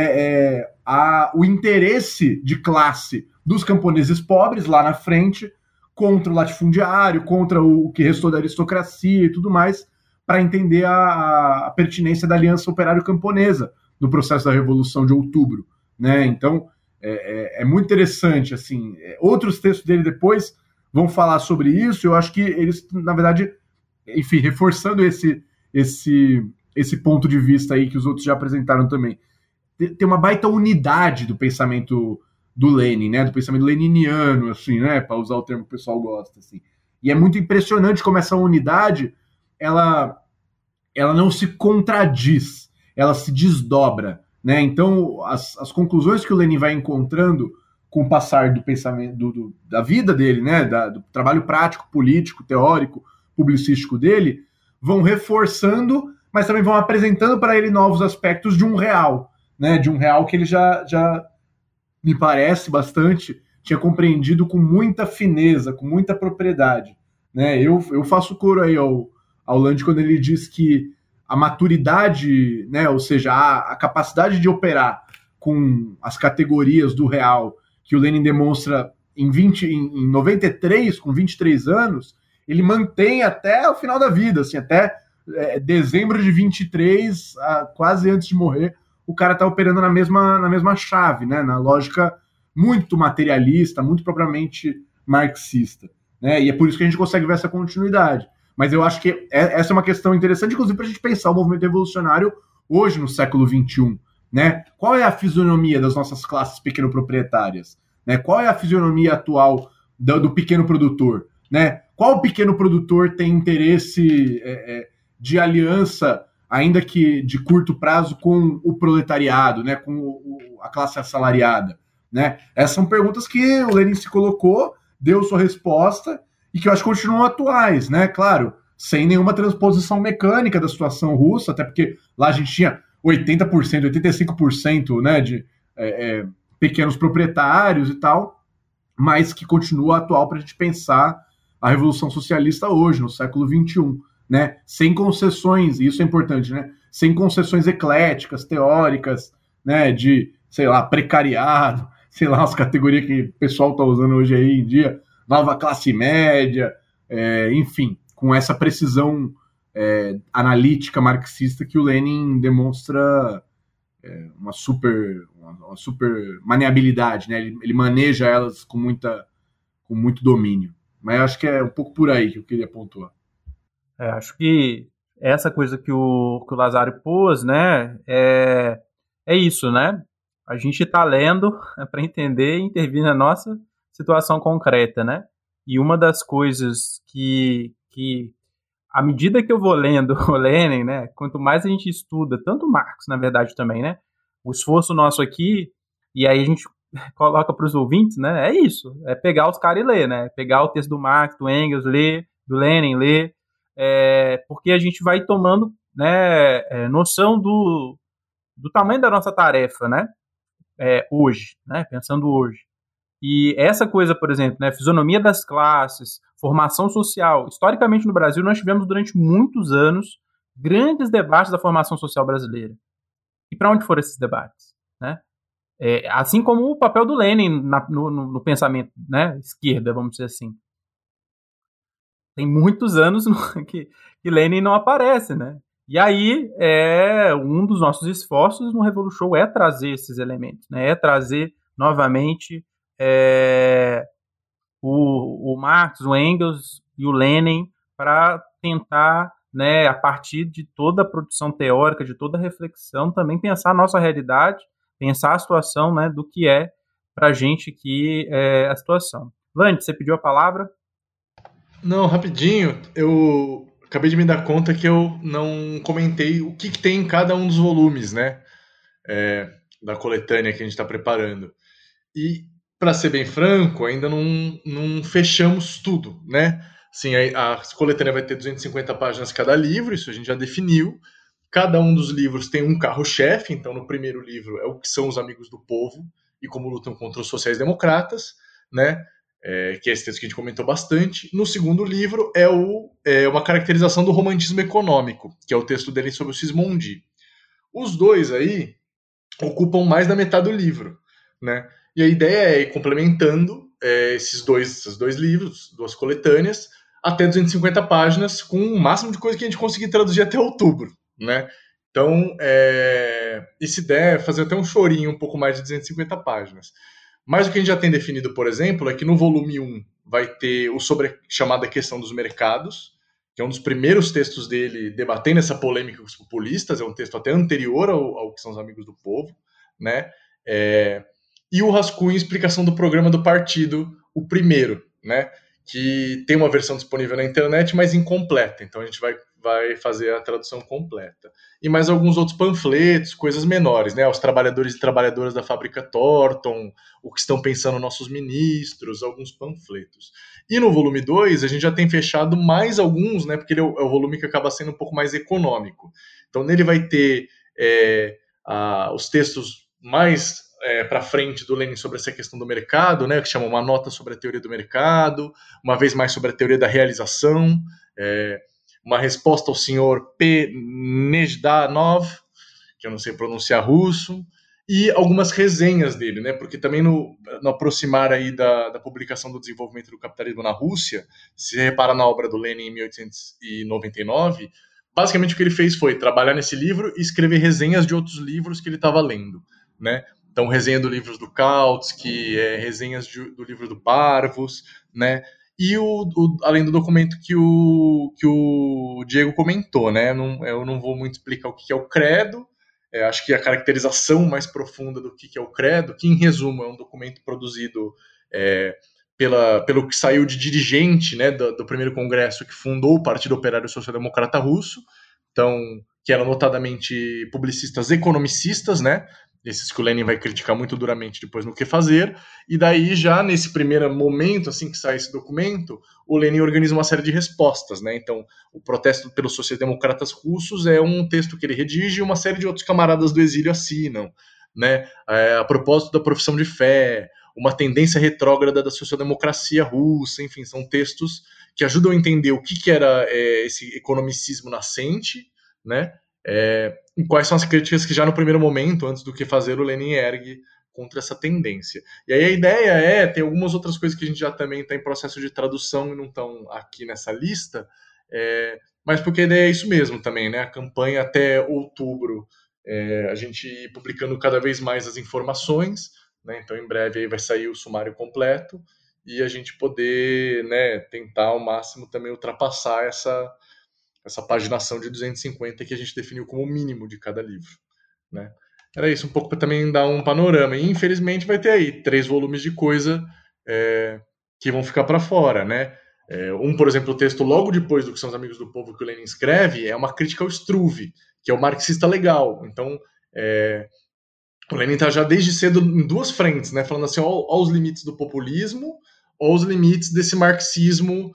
o interesse de classe dos camponeses pobres lá na frente contra o latifundiário, contra o que restou da aristocracia e tudo mais, para entender a pertinência da aliança operário-camponesa no processo da Revolução de Outubro, né? Então, é muito interessante, assim, outros textos dele depois vão falar sobre isso. Eu acho que eles, na verdade, enfim, reforçando esse ponto de vista aí que os outros já apresentaram também, tem uma baita unidade do pensamento do Lenin, né? Do pensamento leniniano, assim, né? Para usar o termo que o pessoal gosta, assim. E é muito impressionante como essa unidade ela não se contradiz, ela se desdobra, né? Então, as conclusões que o Lenin vai encontrando com o passar do pensamento, da vida dele, né? Do trabalho prático, político, teórico, publicístico dele, vão reforçando, mas também vão apresentando para ele novos aspectos de um real, né? De um real que ele já me parece bastante, tinha compreendido com muita fineza, com muita propriedade, né? Eu faço coro aí ao Land quando ele diz que a maturidade, né, ou seja, a capacidade de operar com as categorias do real que o Lenin demonstra em 93, com 23 anos, ele mantém até o final da vida, assim, até dezembro de 23, quase antes de morrer, o cara está operando na mesma chave, né, na lógica muito materialista, muito propriamente marxista, né, e é por isso que a gente consegue ver essa continuidade. Mas eu acho que essa é uma questão interessante, inclusive, para a gente pensar o movimento revolucionário hoje, no século XXI. Né? Qual é a fisionomia das nossas classes pequeno-proprietárias? Né? Qual é a fisionomia atual do pequeno produtor? Né? Qual pequeno produtor tem interesse de aliança, ainda que de curto prazo, com o proletariado, né? Com a classe assalariada? Né? Essas são perguntas que o Lenin se colocou, deu sua resposta, e que eu acho que continuam atuais, né? Claro, sem nenhuma transposição mecânica da situação russa, até porque lá a gente tinha 80%, 85%, né, de pequenos proprietários e tal, mas que continua atual para a gente pensar a Revolução Socialista hoje, no século XXI, né, sem concessões, e isso é importante, né, sem concessões ecléticas, teóricas, né, de, sei lá, precariado, sei lá, as categorias que o pessoal está usando hoje aí em dia, nova classe média, enfim, com essa precisão analítica marxista que o Lenin demonstra uma super maneabilidade, né? Ele maneja elas com muito domínio. Mas acho que é um pouco por aí que eu queria pontuar. Acho que essa coisa que o Lazzari pôs, né, é isso, né? A gente está lendo para entender e intervir na nossa situação concreta, né? E uma das coisas que à medida que eu vou lendo o Lenin, né, quanto mais a gente estuda, tanto Marx, na verdade, também, né, o esforço nosso aqui, e aí a gente coloca para os ouvintes, né, é isso, é pegar os caras e ler, né, pegar o texto do Marx, do Engels, ler, do Lenin, ler, porque a gente vai tomando, né, noção do tamanho da nossa tarefa, né, hoje, né, pensando hoje. E essa coisa, por exemplo, né, fisionomia das classes, formação social. Historicamente no Brasil nós tivemos durante muitos anos grandes debates da formação social brasileira. E para onde foram esses debates? Né? Assim como o papel do Lenin no pensamento, né, esquerda, vamos dizer assim. Tem muitos anos que Lenin não aparece, né? E aí um dos nossos esforços no Revolution é trazer esses elementos, né? É trazer novamente o Marx, o Engels e o Lenin para tentar, né, a partir de toda a produção teórica, de toda a reflexão, também pensar a nossa realidade, pensar a situação, né, do que é para a gente aqui a situação. Vande, você pediu a palavra? Não, rapidinho, eu acabei de me dar conta que eu não comentei o que tem em cada um dos volumes, né, da coletânea que a gente está preparando. E, para ser bem franco, ainda não fechamos tudo, né? Assim, a coletânea vai ter 250 páginas cada livro, isso a gente já definiu. Cada um dos livros tem um carro-chefe, então no primeiro livro é o que são os amigos do povo e como lutam contra os sociais-democratas, né? Que é esse texto que a gente comentou bastante. No segundo livro é uma caracterização do romantismo econômico, que é o texto dele sobre o Sismondi. Os dois aí ocupam mais da metade do livro, né? E a ideia é ir complementando esses dois livros, duas coletâneas, até 250 páginas, com o máximo de coisa que a gente conseguir traduzir até outubro, né? Então, e se der, fazer até um chorinho um pouco mais de 250 páginas. Mas o que a gente já tem definido, por exemplo, é que no volume 1 vai ter o sobre a chamada questão dos mercados, que é um dos primeiros textos dele debatendo essa polêmica com os populistas, é um texto até anterior ao que são os amigos do povo, né? E o rascunho explicação do programa do partido, o primeiro, né? Que tem uma versão disponível na internet, mas incompleta. Então a gente vai fazer a tradução completa. E mais alguns outros panfletos, coisas menores, né? Os trabalhadores e trabalhadoras da fábrica Thornton, o que estão pensando nossos ministros, alguns panfletos. E no volume 2, a gente já tem fechado mais alguns, né? Porque ele é o volume que acaba sendo um pouco mais econômico. Então nele vai ter os textos mais para frente do Lenin sobre essa questão do mercado, né, que chama uma nota sobre a teoria do mercado, uma vez mais sobre a teoria da realização, uma resposta ao senhor P. Nezdanov, que eu não sei pronunciar russo, e algumas resenhas dele, né, porque também no aproximar aí da publicação do desenvolvimento do capitalismo na Rússia, se você repara na obra do Lenin em 1899, basicamente o que ele fez foi trabalhar nesse livro e escrever resenhas de outros livros que ele estava lendo, né. Então, resenha do livro do Kautsky, resenhas do livro do Parvus, né? E além do documento que o Diego comentou, né? Eu não vou muito explicar o que é o credo, acho que a caracterização mais profunda do que é o credo, que em resumo é um documento produzido pelo que saiu de dirigente, né, do primeiro congresso que fundou o Partido Operário Social Democrata Russo, então, que eram notadamente publicistas economicistas, né? esses que o Lenin vai criticar muito duramente depois no Que Fazer, e daí já nesse primeiro momento, assim que sai esse documento, o Lenin organiza uma série de respostas, né? Então, o protesto pelos sociais-democratas russos é um texto que ele redige e uma série de outros camaradas do exílio assinam, né? A propósito da profissão de fé, uma tendência retrógrada da social-democracia russa, enfim, são textos que ajudam a entender o que era esse economicismo nascente, né? E quais são as críticas que já no primeiro momento, antes do Que Fazer, o Lenin ergue contra essa tendência. E aí a ideia tem algumas outras coisas que a gente já também está em processo de tradução e não estão aqui nessa lista, mas porque a ideia é isso mesmo também, né? A campanha até outubro, a gente ir publicando cada vez mais as informações, né? Então em breve aí vai sair o sumário completo e a gente poder, né, tentar ao máximo também ultrapassar essa paginação de 250 que a gente definiu como o mínimo de cada livro, né? Era isso, um pouco para também dar um panorama. E infelizmente vai ter aí 3 volumes de coisa que vão ficar para fora, né? Por exemplo, o texto logo depois do Que São os Amigos do Povo que o Lenin escreve é uma crítica ao Struve, que é o marxista legal. Então, o Lenin está já desde cedo em 2 frentes, né? Falando assim, aos limites do populismo, aos limites desse marxismo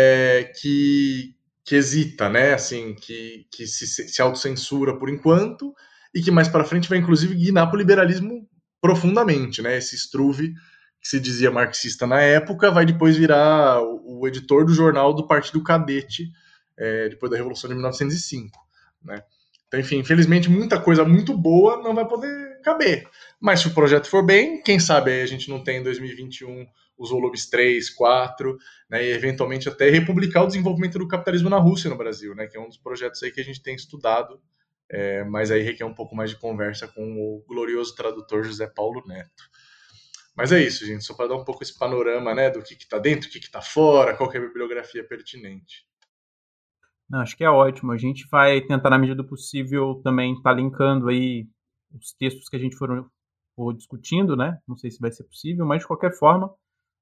que hesita, né? Assim, que se autocensura por enquanto e que mais para frente vai inclusive guinar para o liberalismo profundamente, né? Esse Struve, que se dizia marxista na época, vai depois virar o editor do jornal do Partido Cadete, depois da Revolução de 1905, né? Então, enfim, infelizmente muita coisa muito boa não vai poder caber. Mas se o projeto for bem, quem sabe aí a gente não tem em 2021 os volumes 3, 4, né, e eventualmente até republicar o desenvolvimento do capitalismo na Rússia e no Brasil, né, que é um dos projetos aí que a gente tem estudado, mas aí requer um pouco mais de conversa com o glorioso tradutor José Paulo Neto. Mas é isso, gente, só para dar um pouco esse panorama, né, do que está dentro, o que está fora, qual que é a bibliografia pertinente. Não, acho que é ótimo. A gente vai tentar, na medida do possível, também estar linkando aí os textos que a gente for discutindo, né? Não sei se vai ser possível, mas de qualquer forma,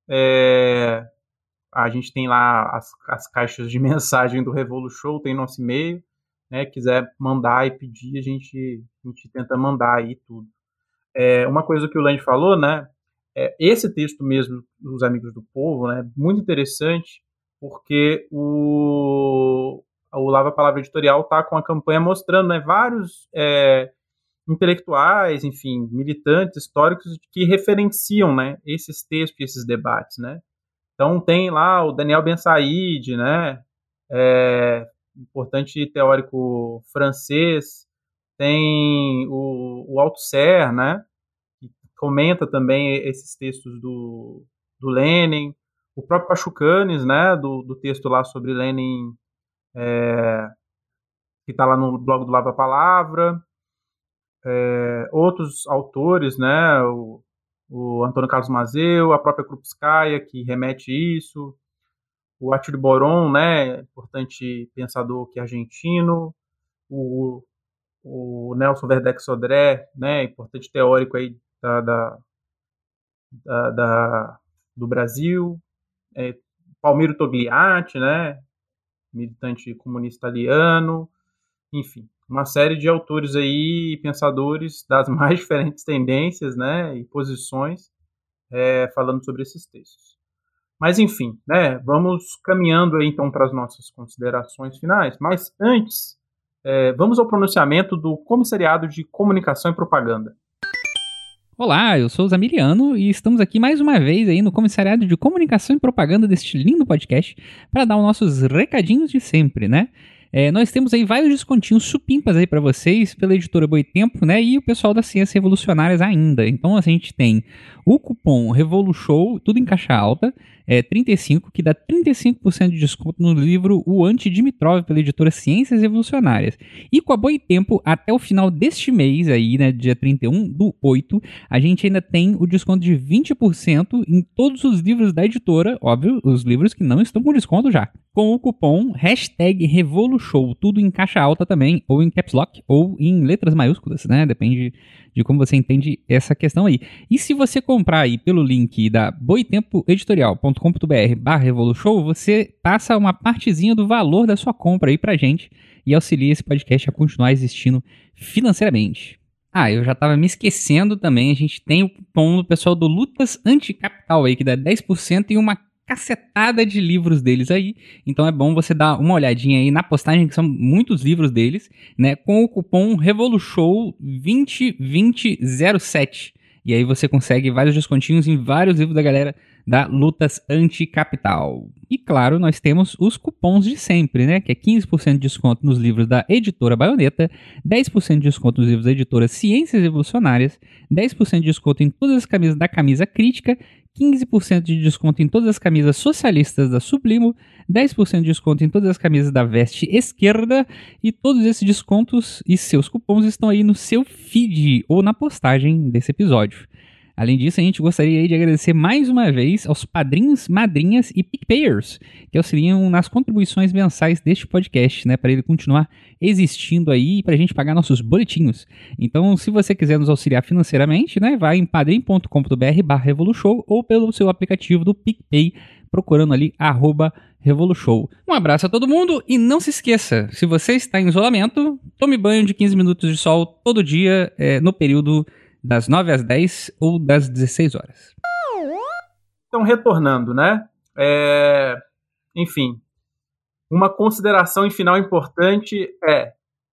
a gente tem lá as caixas de mensagem do Revolu Show, tem nosso e-mail, né? Quiser mandar e pedir, a gente tenta mandar aí tudo. Uma coisa que o Land falou, né? Esse texto mesmo dos Amigos do Povo, né? Muito interessante, porque o Lava Palavra Editorial está com a campanha mostrando, né, vários intelectuais, enfim, militantes históricos que referenciam, né, esses textos e esses debates, né. Então tem lá o Daniel Ben Said, né, importante teórico francês, tem o Althusser, né, que comenta também esses textos do Lenin, o próprio Pachucanes, né, do texto lá sobre Lenin, que está lá no blog do Lava Palavra, outros autores, né, o Antônio Carlos Mazeu, a própria Krupskaya, que remete isso, o Atílio Boron, né, importante pensador que é argentino, o Nelson Verdeck Sodré, né, importante teórico aí do Brasil, Palmiro Togliatti, né, militante comunista italiano, enfim, uma série de autores aí e pensadores das mais diferentes tendências, né, e posições, falando sobre esses textos. Mas, enfim, né, vamos caminhando aí, então, para as nossas considerações finais, mas antes, vamos ao pronunciamento do Comissariado de Comunicação e Propaganda. Olá, eu sou o Zamiliano e estamos aqui mais uma vez aí no Comissariado de Comunicação e Propaganda deste lindo podcast para dar os nossos recadinhos de sempre, né? Nós temos aí vários descontinhos supimpas aí para vocês pela editora Boitempo, né? E o pessoal das Ciências Revolucionárias ainda. Então a gente tem o cupom RevoluShow, tudo em caixa alta, 35, que dá 35% de desconto no livro O Anti-Dimitrov pela editora Ciências Revolucionárias. E com a Boitempo, até o final deste mês aí, né, dia 31/8, a gente ainda tem o desconto de 20% em todos os livros da editora, óbvio, os livros que não estão com desconto já. Com o cupom #RevoluShow, tudo em caixa alta também, ou em caps lock, ou em letras maiúsculas, né? Depende de como você entende essa questão aí. E se você comprar aí pelo link da boitempoeditorial.com.br/RevoluShow, você passa uma partezinha do valor da sua compra aí pra gente e auxilia esse podcast a continuar existindo financeiramente. Eu já tava me esquecendo também, a gente tem o cupom do pessoal do Lutas Anticapital aí, que dá 10% e uma cacetada de livros deles aí. Então é bom você dar uma olhadinha aí na postagem, que são muitos livros deles, né? Com o cupom REVOLUSHOW 202007. E aí você consegue vários descontinhos em vários livros da galera da Lutas Anticapital. E claro, nós temos os cupons de sempre, né? Que é 15% de desconto nos livros da Editora Baioneta, 10% de desconto nos livros da Editora Ciências Evolucionárias, 10% de desconto em todas as camisas da Camisa Crítica, 15% de desconto em todas as camisas socialistas da Sublimo, 10% de desconto em todas as camisas da Veste Esquerda, e todos esses descontos e seus cupons estão aí no seu feed ou na postagem desse episódio. Além disso, a gente gostaria aí de agradecer mais uma vez aos padrinhos, madrinhas e PicPayers, que auxiliam nas contribuições mensais deste podcast, né, para ele continuar existindo aí e para a gente pagar nossos boletinhos. Então, se você quiser nos auxiliar financeiramente, né, vai em padrim.com.br/revolushow ou pelo seu aplicativo do PicPay, procurando ali @revolushow. Um abraço a todo mundo e não se esqueça, se você está em isolamento, tome banho de 15 minutos de sol todo dia no período das 9 às 10 ou das 16 horas. Então, retornando, né? Enfim, uma consideração em final importante é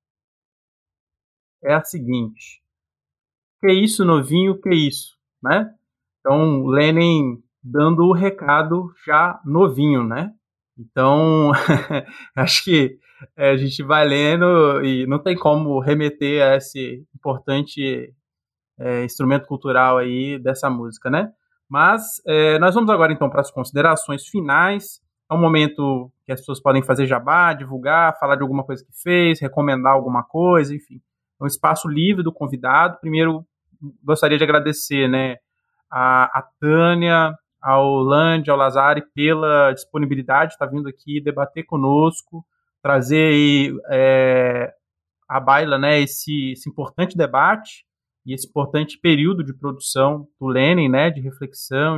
a seguinte: que isso, novinho, que isso, né? Então, Lenin dando o recado já novinho, né? Então, acho que a gente vai lendo e não tem como remeter a esse importante instrumento cultural aí dessa música, né? Mas nós vamos agora então para as considerações finais. É um momento que as pessoas podem fazer jabá, divulgar, falar de alguma coisa que fez, recomendar alguma coisa, enfim. É um espaço livre do convidado. Primeiro, gostaria de agradecer, né, a Tânia, ao Landi, ao Lazari pela disponibilidade de estar vindo aqui debater conosco, trazer aí à baila, né, esse importante debate e esse importante período de produção do Lenin, né, de reflexão,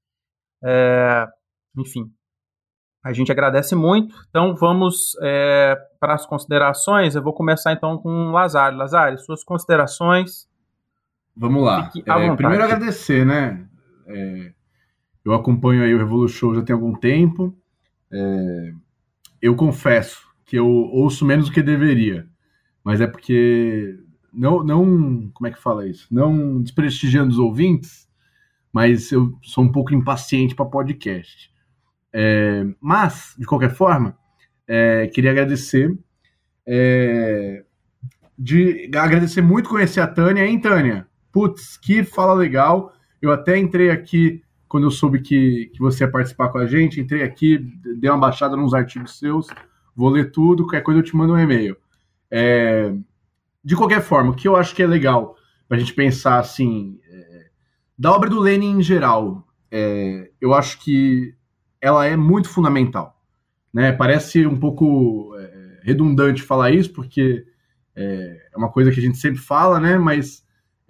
enfim, a gente agradece muito. Então vamos para as considerações. Eu vou começar então com o Lazari. Lazari, suas considerações. Vamos lá. Primeiro agradecer, né? Eu acompanho aí o Revolushow já tem algum tempo. Eu confesso que eu ouço menos do que deveria, mas é porque não, como é que fala isso? Não desprestigiando os ouvintes, mas eu sou um pouco impaciente para podcast. Mas, de qualquer forma, queria agradecer. Agradecer muito conhecer a Tânia, hein, Tânia? Putz, que fala legal. Eu até entrei aqui, quando eu soube que você ia participar com a gente, entrei aqui, dei uma baixada nos artigos seus, vou ler tudo, qualquer coisa eu te mando um e-mail. De qualquer forma, o que eu acho que é legal para a gente pensar assim, da obra do Lenin em geral, eu acho que ela é muito fundamental, né? Parece um pouco redundante falar isso, porque é uma coisa que a gente sempre fala, né? Mas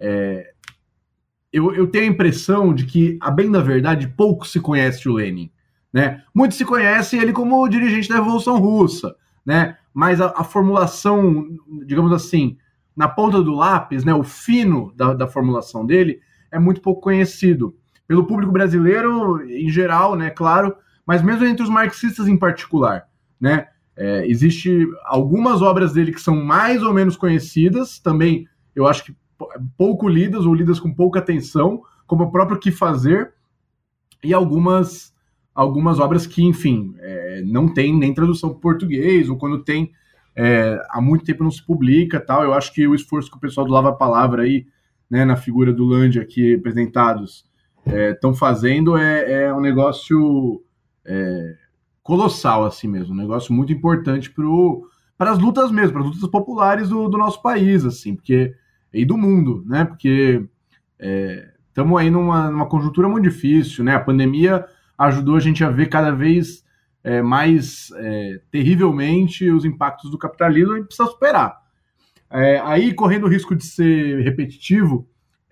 eu tenho a impressão de que, a bem da verdade, pouco se conhece o Lenin, né? Muito se conhece ele como dirigente da Revolução Russa, né? Mas a formulação, digamos assim, na ponta do lápis, né, o fino da formulação dele é muito pouco conhecido pelo público brasileiro em geral, né, claro, mas mesmo entre os marxistas em particular, né? Existe algumas obras dele que são mais ou menos conhecidas, também eu acho que pouco lidas ou lidas com pouca atenção, como o próprio Que Fazer, e algumas obras que, enfim, não tem nem tradução para português, ou quando tem, há muito tempo não se publica, tal. Eu acho que o esforço que o pessoal do Lava Palavra aí, né, na figura do Landi aqui apresentados, estão fazendo um negócio colossal, assim mesmo, um negócio muito importante para as lutas mesmo, para as lutas populares do nosso país, assim, e do mundo, né, porque estamos aí numa conjuntura muito difícil, né, a pandemia ajudou a gente a ver cada vez mais terrivelmente os impactos do capitalismo, a gente precisa superar. Aí, correndo o risco de ser repetitivo,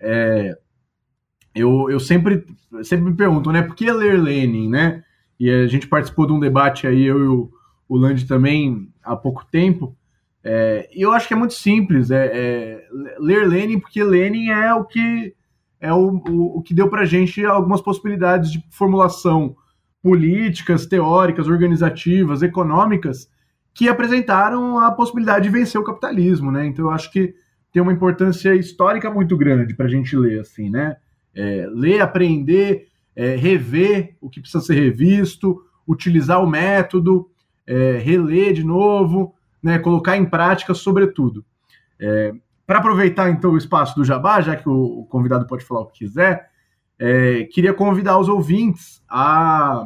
eu sempre me pergunto, né, por que ler Lenin, né? E a gente participou de um debate aí, eu e o Landi também, há pouco tempo, E eu acho que é muito simples, ler Lenin, porque Lenin é o que deu pra gente algumas possibilidades de formulação políticas, teóricas, organizativas, econômicas, que apresentaram a possibilidade de vencer o capitalismo, né? Então eu acho que tem uma importância histórica muito grande para a gente ler, assim, né? Ler, aprender, rever o que precisa ser revisto, utilizar o método, reler de novo, né? Colocar em prática, sobretudo. Para aproveitar, então, o espaço do Jabá, já que o convidado pode falar o que quiser, queria convidar os ouvintes a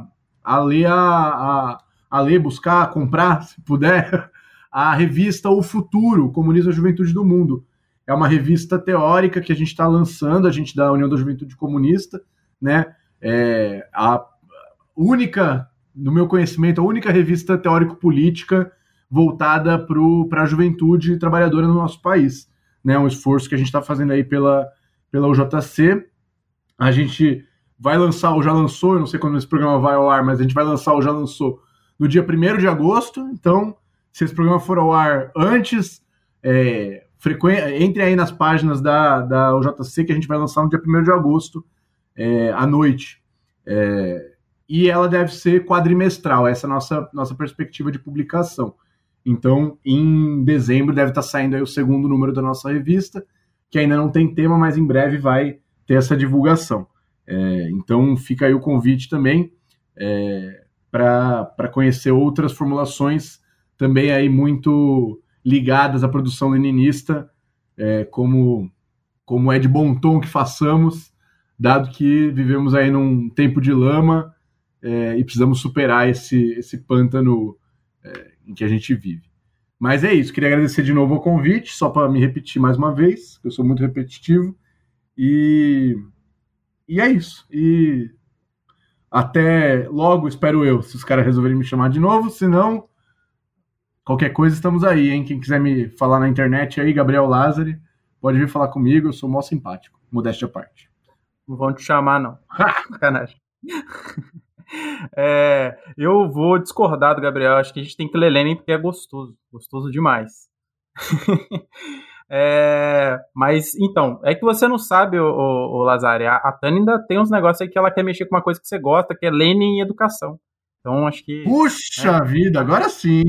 ler, buscar, comprar, se puder, a revista O Futuro, Comunismo e a Juventude do Mundo. É uma revista teórica que a gente está lançando, a gente da União da Juventude Comunista, né? A única, no meu conhecimento, a única revista teórico-política voltada para a juventude trabalhadora no nosso país. Né? Um esforço que a gente está fazendo aí pela UJC. A gente vai lançar, ou já lançou, eu não sei quando esse programa vai ao ar, mas a gente vai lançar ou já lançou no dia 1º de agosto. Então, se esse programa for ao ar antes, entre aí nas páginas da UJC, que a gente vai lançar no dia 1º de agosto, à noite. E ela deve ser quadrimestral, essa é a nossa perspectiva de publicação. Então, em dezembro deve estar saindo aí o 2º número da nossa revista, que ainda não tem tema, mas em breve vai ter essa divulgação. Então, fica aí o convite também para conhecer outras formulações também aí muito ligadas à produção leninista, como é de bom tom que façamos, dado que vivemos aí num tempo de lama e precisamos superar esse pântano em que a gente vive. Mas é isso, queria agradecer de novo o convite, só para me repetir mais uma vez, que eu sou muito repetitivo, e é isso. E até logo, espero eu, se os caras resolverem me chamar de novo, se não, qualquer coisa estamos aí, hein? Quem quiser me falar na internet aí, Gabriel Lázari, pode vir falar comigo, eu sou mó simpático, modéstia à parte. Não vão te chamar, não. Sacanagem. Eu vou discordar do Gabriel, acho que a gente tem que ler Lenin porque é gostoso demais. Mas, então, é que você não sabe, o Lazari, a Tânia ainda tem uns negócios aí que ela quer mexer com uma coisa que você gosta, que é Lenin e educação. Então, acho que... Puxa vida, agora sim!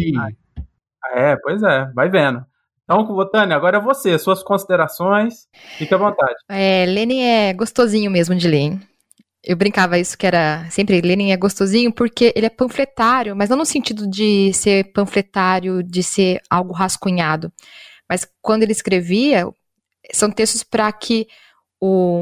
Pois é, vai vendo. Então, Tânia, agora é você, suas considerações, fique à vontade. Lenin é gostosinho mesmo de ler, hein? Eu brincava isso que era sempre Lenin é gostosinho porque ele é panfletário, mas não no sentido de ser panfletário, de ser algo rascunhado. Mas quando ele escrevia, são textos para que o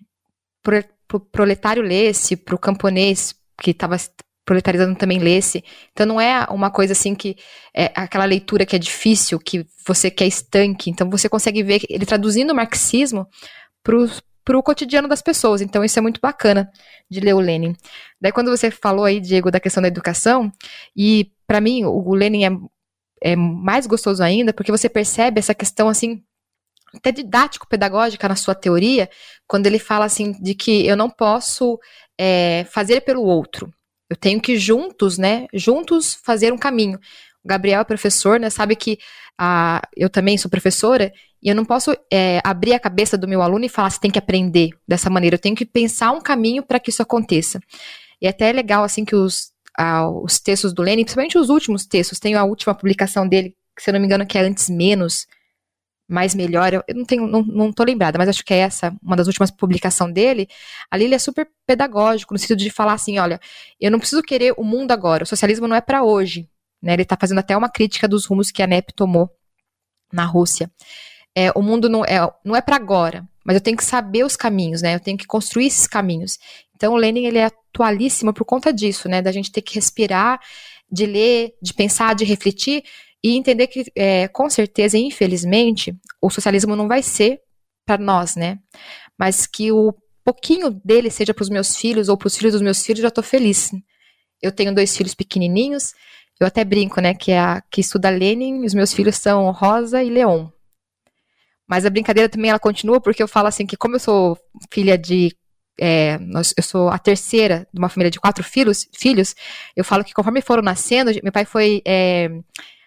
proletário lesse, para o camponês que estava proletarizando também lesse. Então não é uma coisa assim que é aquela leitura que é difícil, que você quer estanque. Então você consegue ver ele traduzindo o marxismo para o cotidiano das pessoas. Então isso é muito bacana de ler o Lenin. Daí quando você falou aí, Diego, da questão da educação, e para mim o Lenin é mais gostoso ainda, porque você percebe essa questão assim, até didático-pedagógica na sua teoria, quando ele fala assim, de que eu não posso fazer pelo outro. Eu tenho que juntos fazer um caminho. O Gabriel é professor, né, sabe que eu também sou professora, e eu não posso abrir a cabeça do meu aluno e falar, você tem que aprender dessa maneira. Eu tenho que pensar um caminho para que isso aconteça. E até é legal, assim, que os textos do Lenin, principalmente os últimos textos, tem a última publicação dele, que se eu não me engano que é Antes Menos, Mais Melhor, eu não tô lembrada, mas acho que é essa, uma das últimas publicações dele. Ali ele é super pedagógico, no sentido de falar assim, olha, eu não preciso querer o mundo agora, o socialismo não é para hoje, né? Ele tá fazendo até uma crítica dos rumos que a NEP tomou na Rússia. O mundo não é para agora, mas eu tenho que saber os caminhos, né? Eu tenho que construir esses caminhos. Então o Lenin, ele é atualíssimo por conta disso, né? Da gente ter que respirar, de ler, de pensar, de refletir e entender que, com certeza, infelizmente, o socialismo não vai ser para nós, né? Mas que o pouquinho dele seja para os meus filhos ou para os filhos dos meus filhos, já estou feliz. Eu tenho 2 filhos pequenininhos, eu até brinco, né? Que estuda Lenin, os meus filhos são Rosa e Leon. Mas a brincadeira também ela continua porque eu falo assim que como eu sou filha de... eu sou a terceira de uma família de 4 filhos, eu falo que conforme foram nascendo, meu pai foi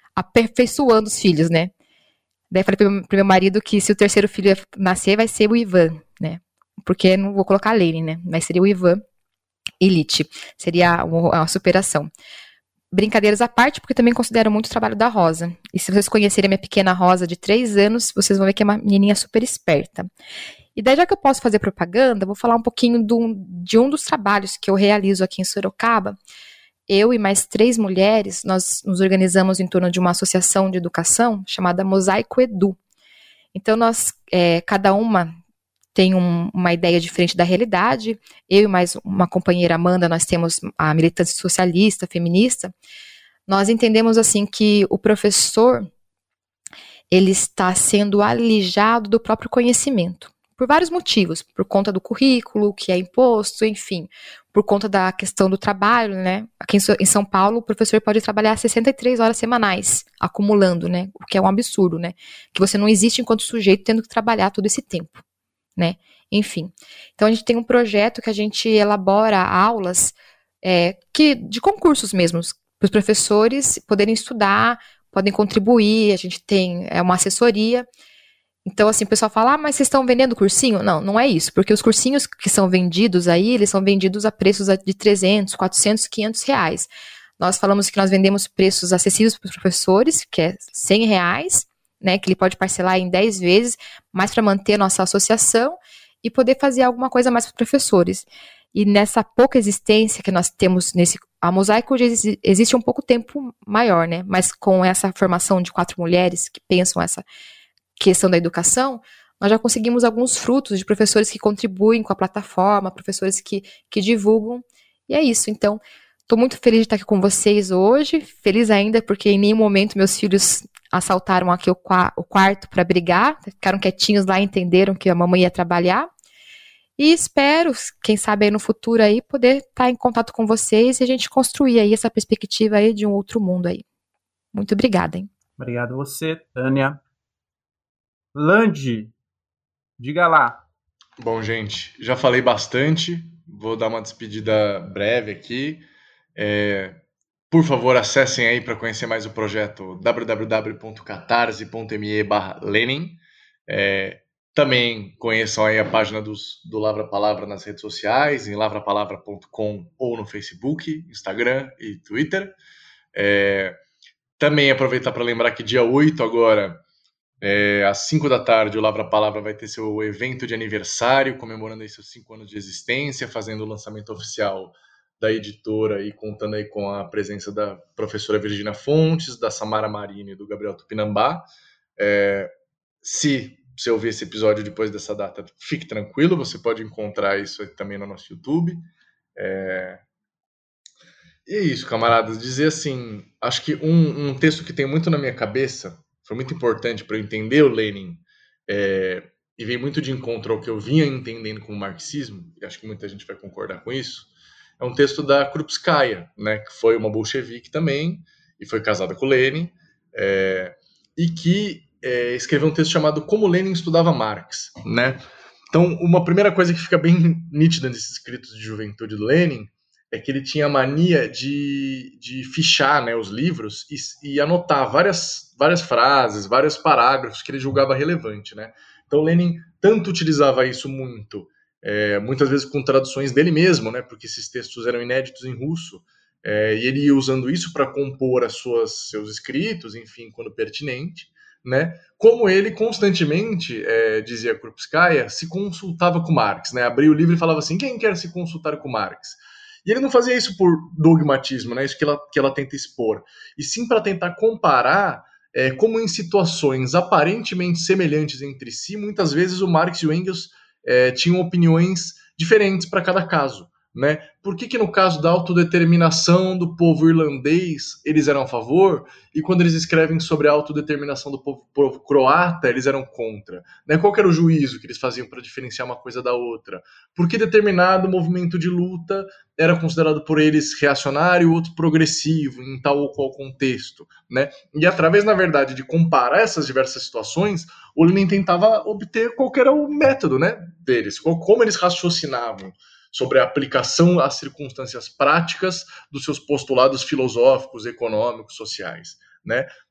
aperfeiçoando os filhos, né? Daí falei pro meu marido que se o terceiro filho nascer, vai ser o Ivan, né? Porque não vou colocar a Lene, né? Mas seria o Ivan Elite. Seria uma superação. Brincadeiras à parte, porque também considero muito o trabalho da Rosa. E se vocês conhecerem a minha pequena Rosa de 3 anos, vocês vão ver que é uma menininha super esperta. E daí, já que eu posso fazer propaganda, vou falar um pouquinho de um dos trabalhos que eu realizo aqui em Sorocaba. Eu e mais 3 mulheres, nós nos organizamos em torno de uma associação de educação chamada Mosaico Edu. Então, cada uma tem uma ideia diferente da realidade. Eu e mais uma companheira, Amanda, nós temos a militância socialista, feminista. Nós entendemos assim que o professor, ele está sendo alijado do próprio conhecimento, por vários motivos, por conta do currículo que é imposto, enfim, por conta da questão do trabalho, né? Aqui em São Paulo, o professor pode trabalhar 63 horas semanais, acumulando, né? O que é um absurdo, né? Que você não existe enquanto sujeito tendo que trabalhar todo esse tempo, né? Enfim. Então, a gente tem um projeto que a gente elabora aulas de concursos mesmos, para os professores poderem estudar, podem contribuir, a gente tem uma assessoria. Então, assim, o pessoal fala, mas vocês estão vendendo cursinho? Não, não é isso, porque os cursinhos que são vendidos aí, eles são vendidos a preços de 300, 400, 500 reais. Nós falamos que nós vendemos preços acessíveis para os professores, que é 100 reais, né, que ele pode parcelar em 10 vezes, mais para manter a nossa associação e poder fazer alguma coisa mais para os professores. E nessa pouca existência que nós temos a Mosaico já existe um pouco tempo maior, né, mas com essa formação de 4 mulheres que pensam essa questão da educação, nós já conseguimos alguns frutos de professores que contribuem com a plataforma, professores que divulgam, e é isso. Então, estou muito feliz de estar aqui com vocês hoje, feliz ainda porque em nenhum momento meus filhos assaltaram aqui o quarto para brigar, ficaram quietinhos lá e entenderam que a mamãe ia trabalhar, e espero, quem sabe aí no futuro aí, poder estar em contato com vocês e a gente construir aí essa perspectiva aí de um outro mundo aí. Muito obrigada, hein? Obrigado a você, Tânia. Landi, diga lá. Bom, gente, já falei bastante, vou dar uma despedida breve aqui. Por favor, acessem aí para conhecer mais o projeto www.catarse.me/Lenin. Também conheçam aí a página do Lavra Palavra nas redes sociais, em lavrapalavra.com ou no Facebook, Instagram e Twitter. Também aproveitar para lembrar que dia 8 agora, às 5 da tarde, o Lavra Palavra vai ter seu evento de aniversário, comemorando aí seus 5 anos de existência, fazendo o lançamento oficial da editora e contando aí com a presença da professora Virginia Fontes, da Samara Marini e do Gabriel Tupinambá. Se você ouvir esse episódio depois dessa data, fique tranquilo, você pode encontrar isso também no nosso YouTube. E é isso, camaradas. Dizer assim, acho que um texto que tem muito na minha cabeça, foi muito importante para eu entender o Lenin, e veio muito de encontro ao que eu vinha entendendo como marxismo, e acho que muita gente vai concordar com isso, é um texto da Krupskaya, né, que foi uma bolchevique também, e foi casada com Lenin, e que escreveu um texto chamado Como Lenin Estudava Marx, né? Então, uma primeira coisa que fica bem nítida nesses escritos de juventude do Lenin é que ele tinha a mania de fichar, né, os livros e anotar várias frases, vários parágrafos que ele julgava relevante, né? Então, Lenin tanto utilizava isso muito, muitas vezes com traduções dele mesmo, né, porque esses textos eram inéditos em russo, e ele ia usando isso para compor seus escritos, enfim, quando pertinente, né? Como ele constantemente, dizia Krupskaya, se consultava com Marx, né? Abria o livro e falava assim, quem quer se consultar com Marx? E ele não fazia isso por dogmatismo, né? Isso que ela tenta expor, e sim para tentar comparar como em situações aparentemente semelhantes entre si, muitas vezes o Marx e o Engels tinham opiniões diferentes para cada caso, né? Por que no caso da autodeterminação do povo irlandês eles eram a favor, e quando eles escrevem sobre a autodeterminação do povo croata eles eram contra, né? Qual que era o juízo que eles faziam para diferenciar uma coisa da outra? Por que determinado movimento de luta era considerado por eles reacionário, outro progressivo, em tal ou qual contexto, né? E através, na verdade, de comparar essas diversas situações, o Lenin tentava obter qual que era o método, né, deles, como eles raciocinavam sobre a aplicação às circunstâncias práticas dos seus postulados filosóficos, econômicos, sociais, né?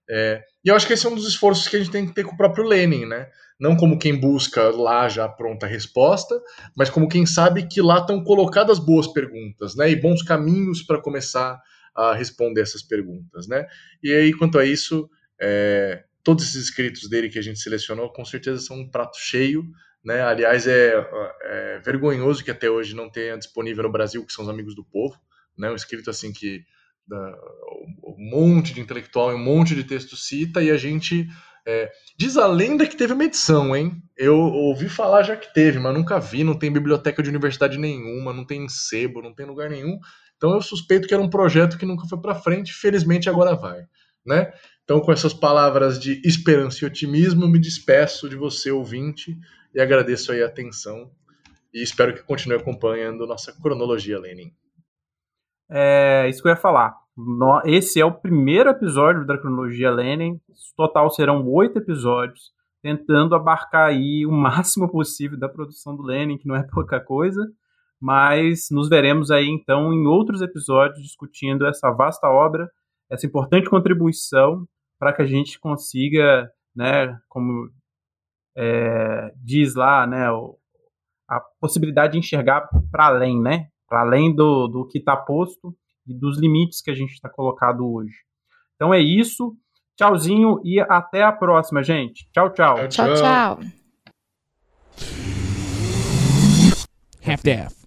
E eu acho que esse é um dos esforços que a gente tem que ter com o próprio Lenin, né? Não como quem busca lá já pronta a resposta, mas como quem sabe que lá estão colocadas boas perguntas, né? E bons caminhos para começar a responder essas perguntas, né? E aí, quanto a isso, todos esses escritos dele que a gente selecionou, com certeza são um prato cheio, né? Aliás, é vergonhoso que até hoje não tenha disponível no Brasil, que são os Amigos do Povo, né? Um escrito assim que um monte de intelectual e um monte de texto cita, e a gente... diz a lenda que teve uma edição, hein? Eu ouvi falar já que teve, mas nunca vi, não tem biblioteca de universidade nenhuma, não tem sebo, não tem lugar nenhum. Então eu suspeito que era um projeto que nunca foi para frente, felizmente agora vai, né? Então, com essas palavras de esperança e otimismo, me despeço de você, ouvinte, e agradeço aí a atenção, e espero que continue acompanhando nossa cronologia Lenin. Isso que eu ia falar. Esse é o primeiro episódio da cronologia Lenin. Total serão 8 episódios, tentando abarcar aí o máximo possível da produção do Lenin, que não é pouca coisa, mas nos veremos aí então em outros episódios discutindo essa vasta obra, essa importante contribuição para que a gente consiga, né, como diz lá, né, a possibilidade de enxergar para além, né, para além do que está posto e dos limites que a gente está colocado hoje. Então é isso. Tchauzinho e até a próxima, gente. Tchau, tchau. Tchau, tchau. Half-Death.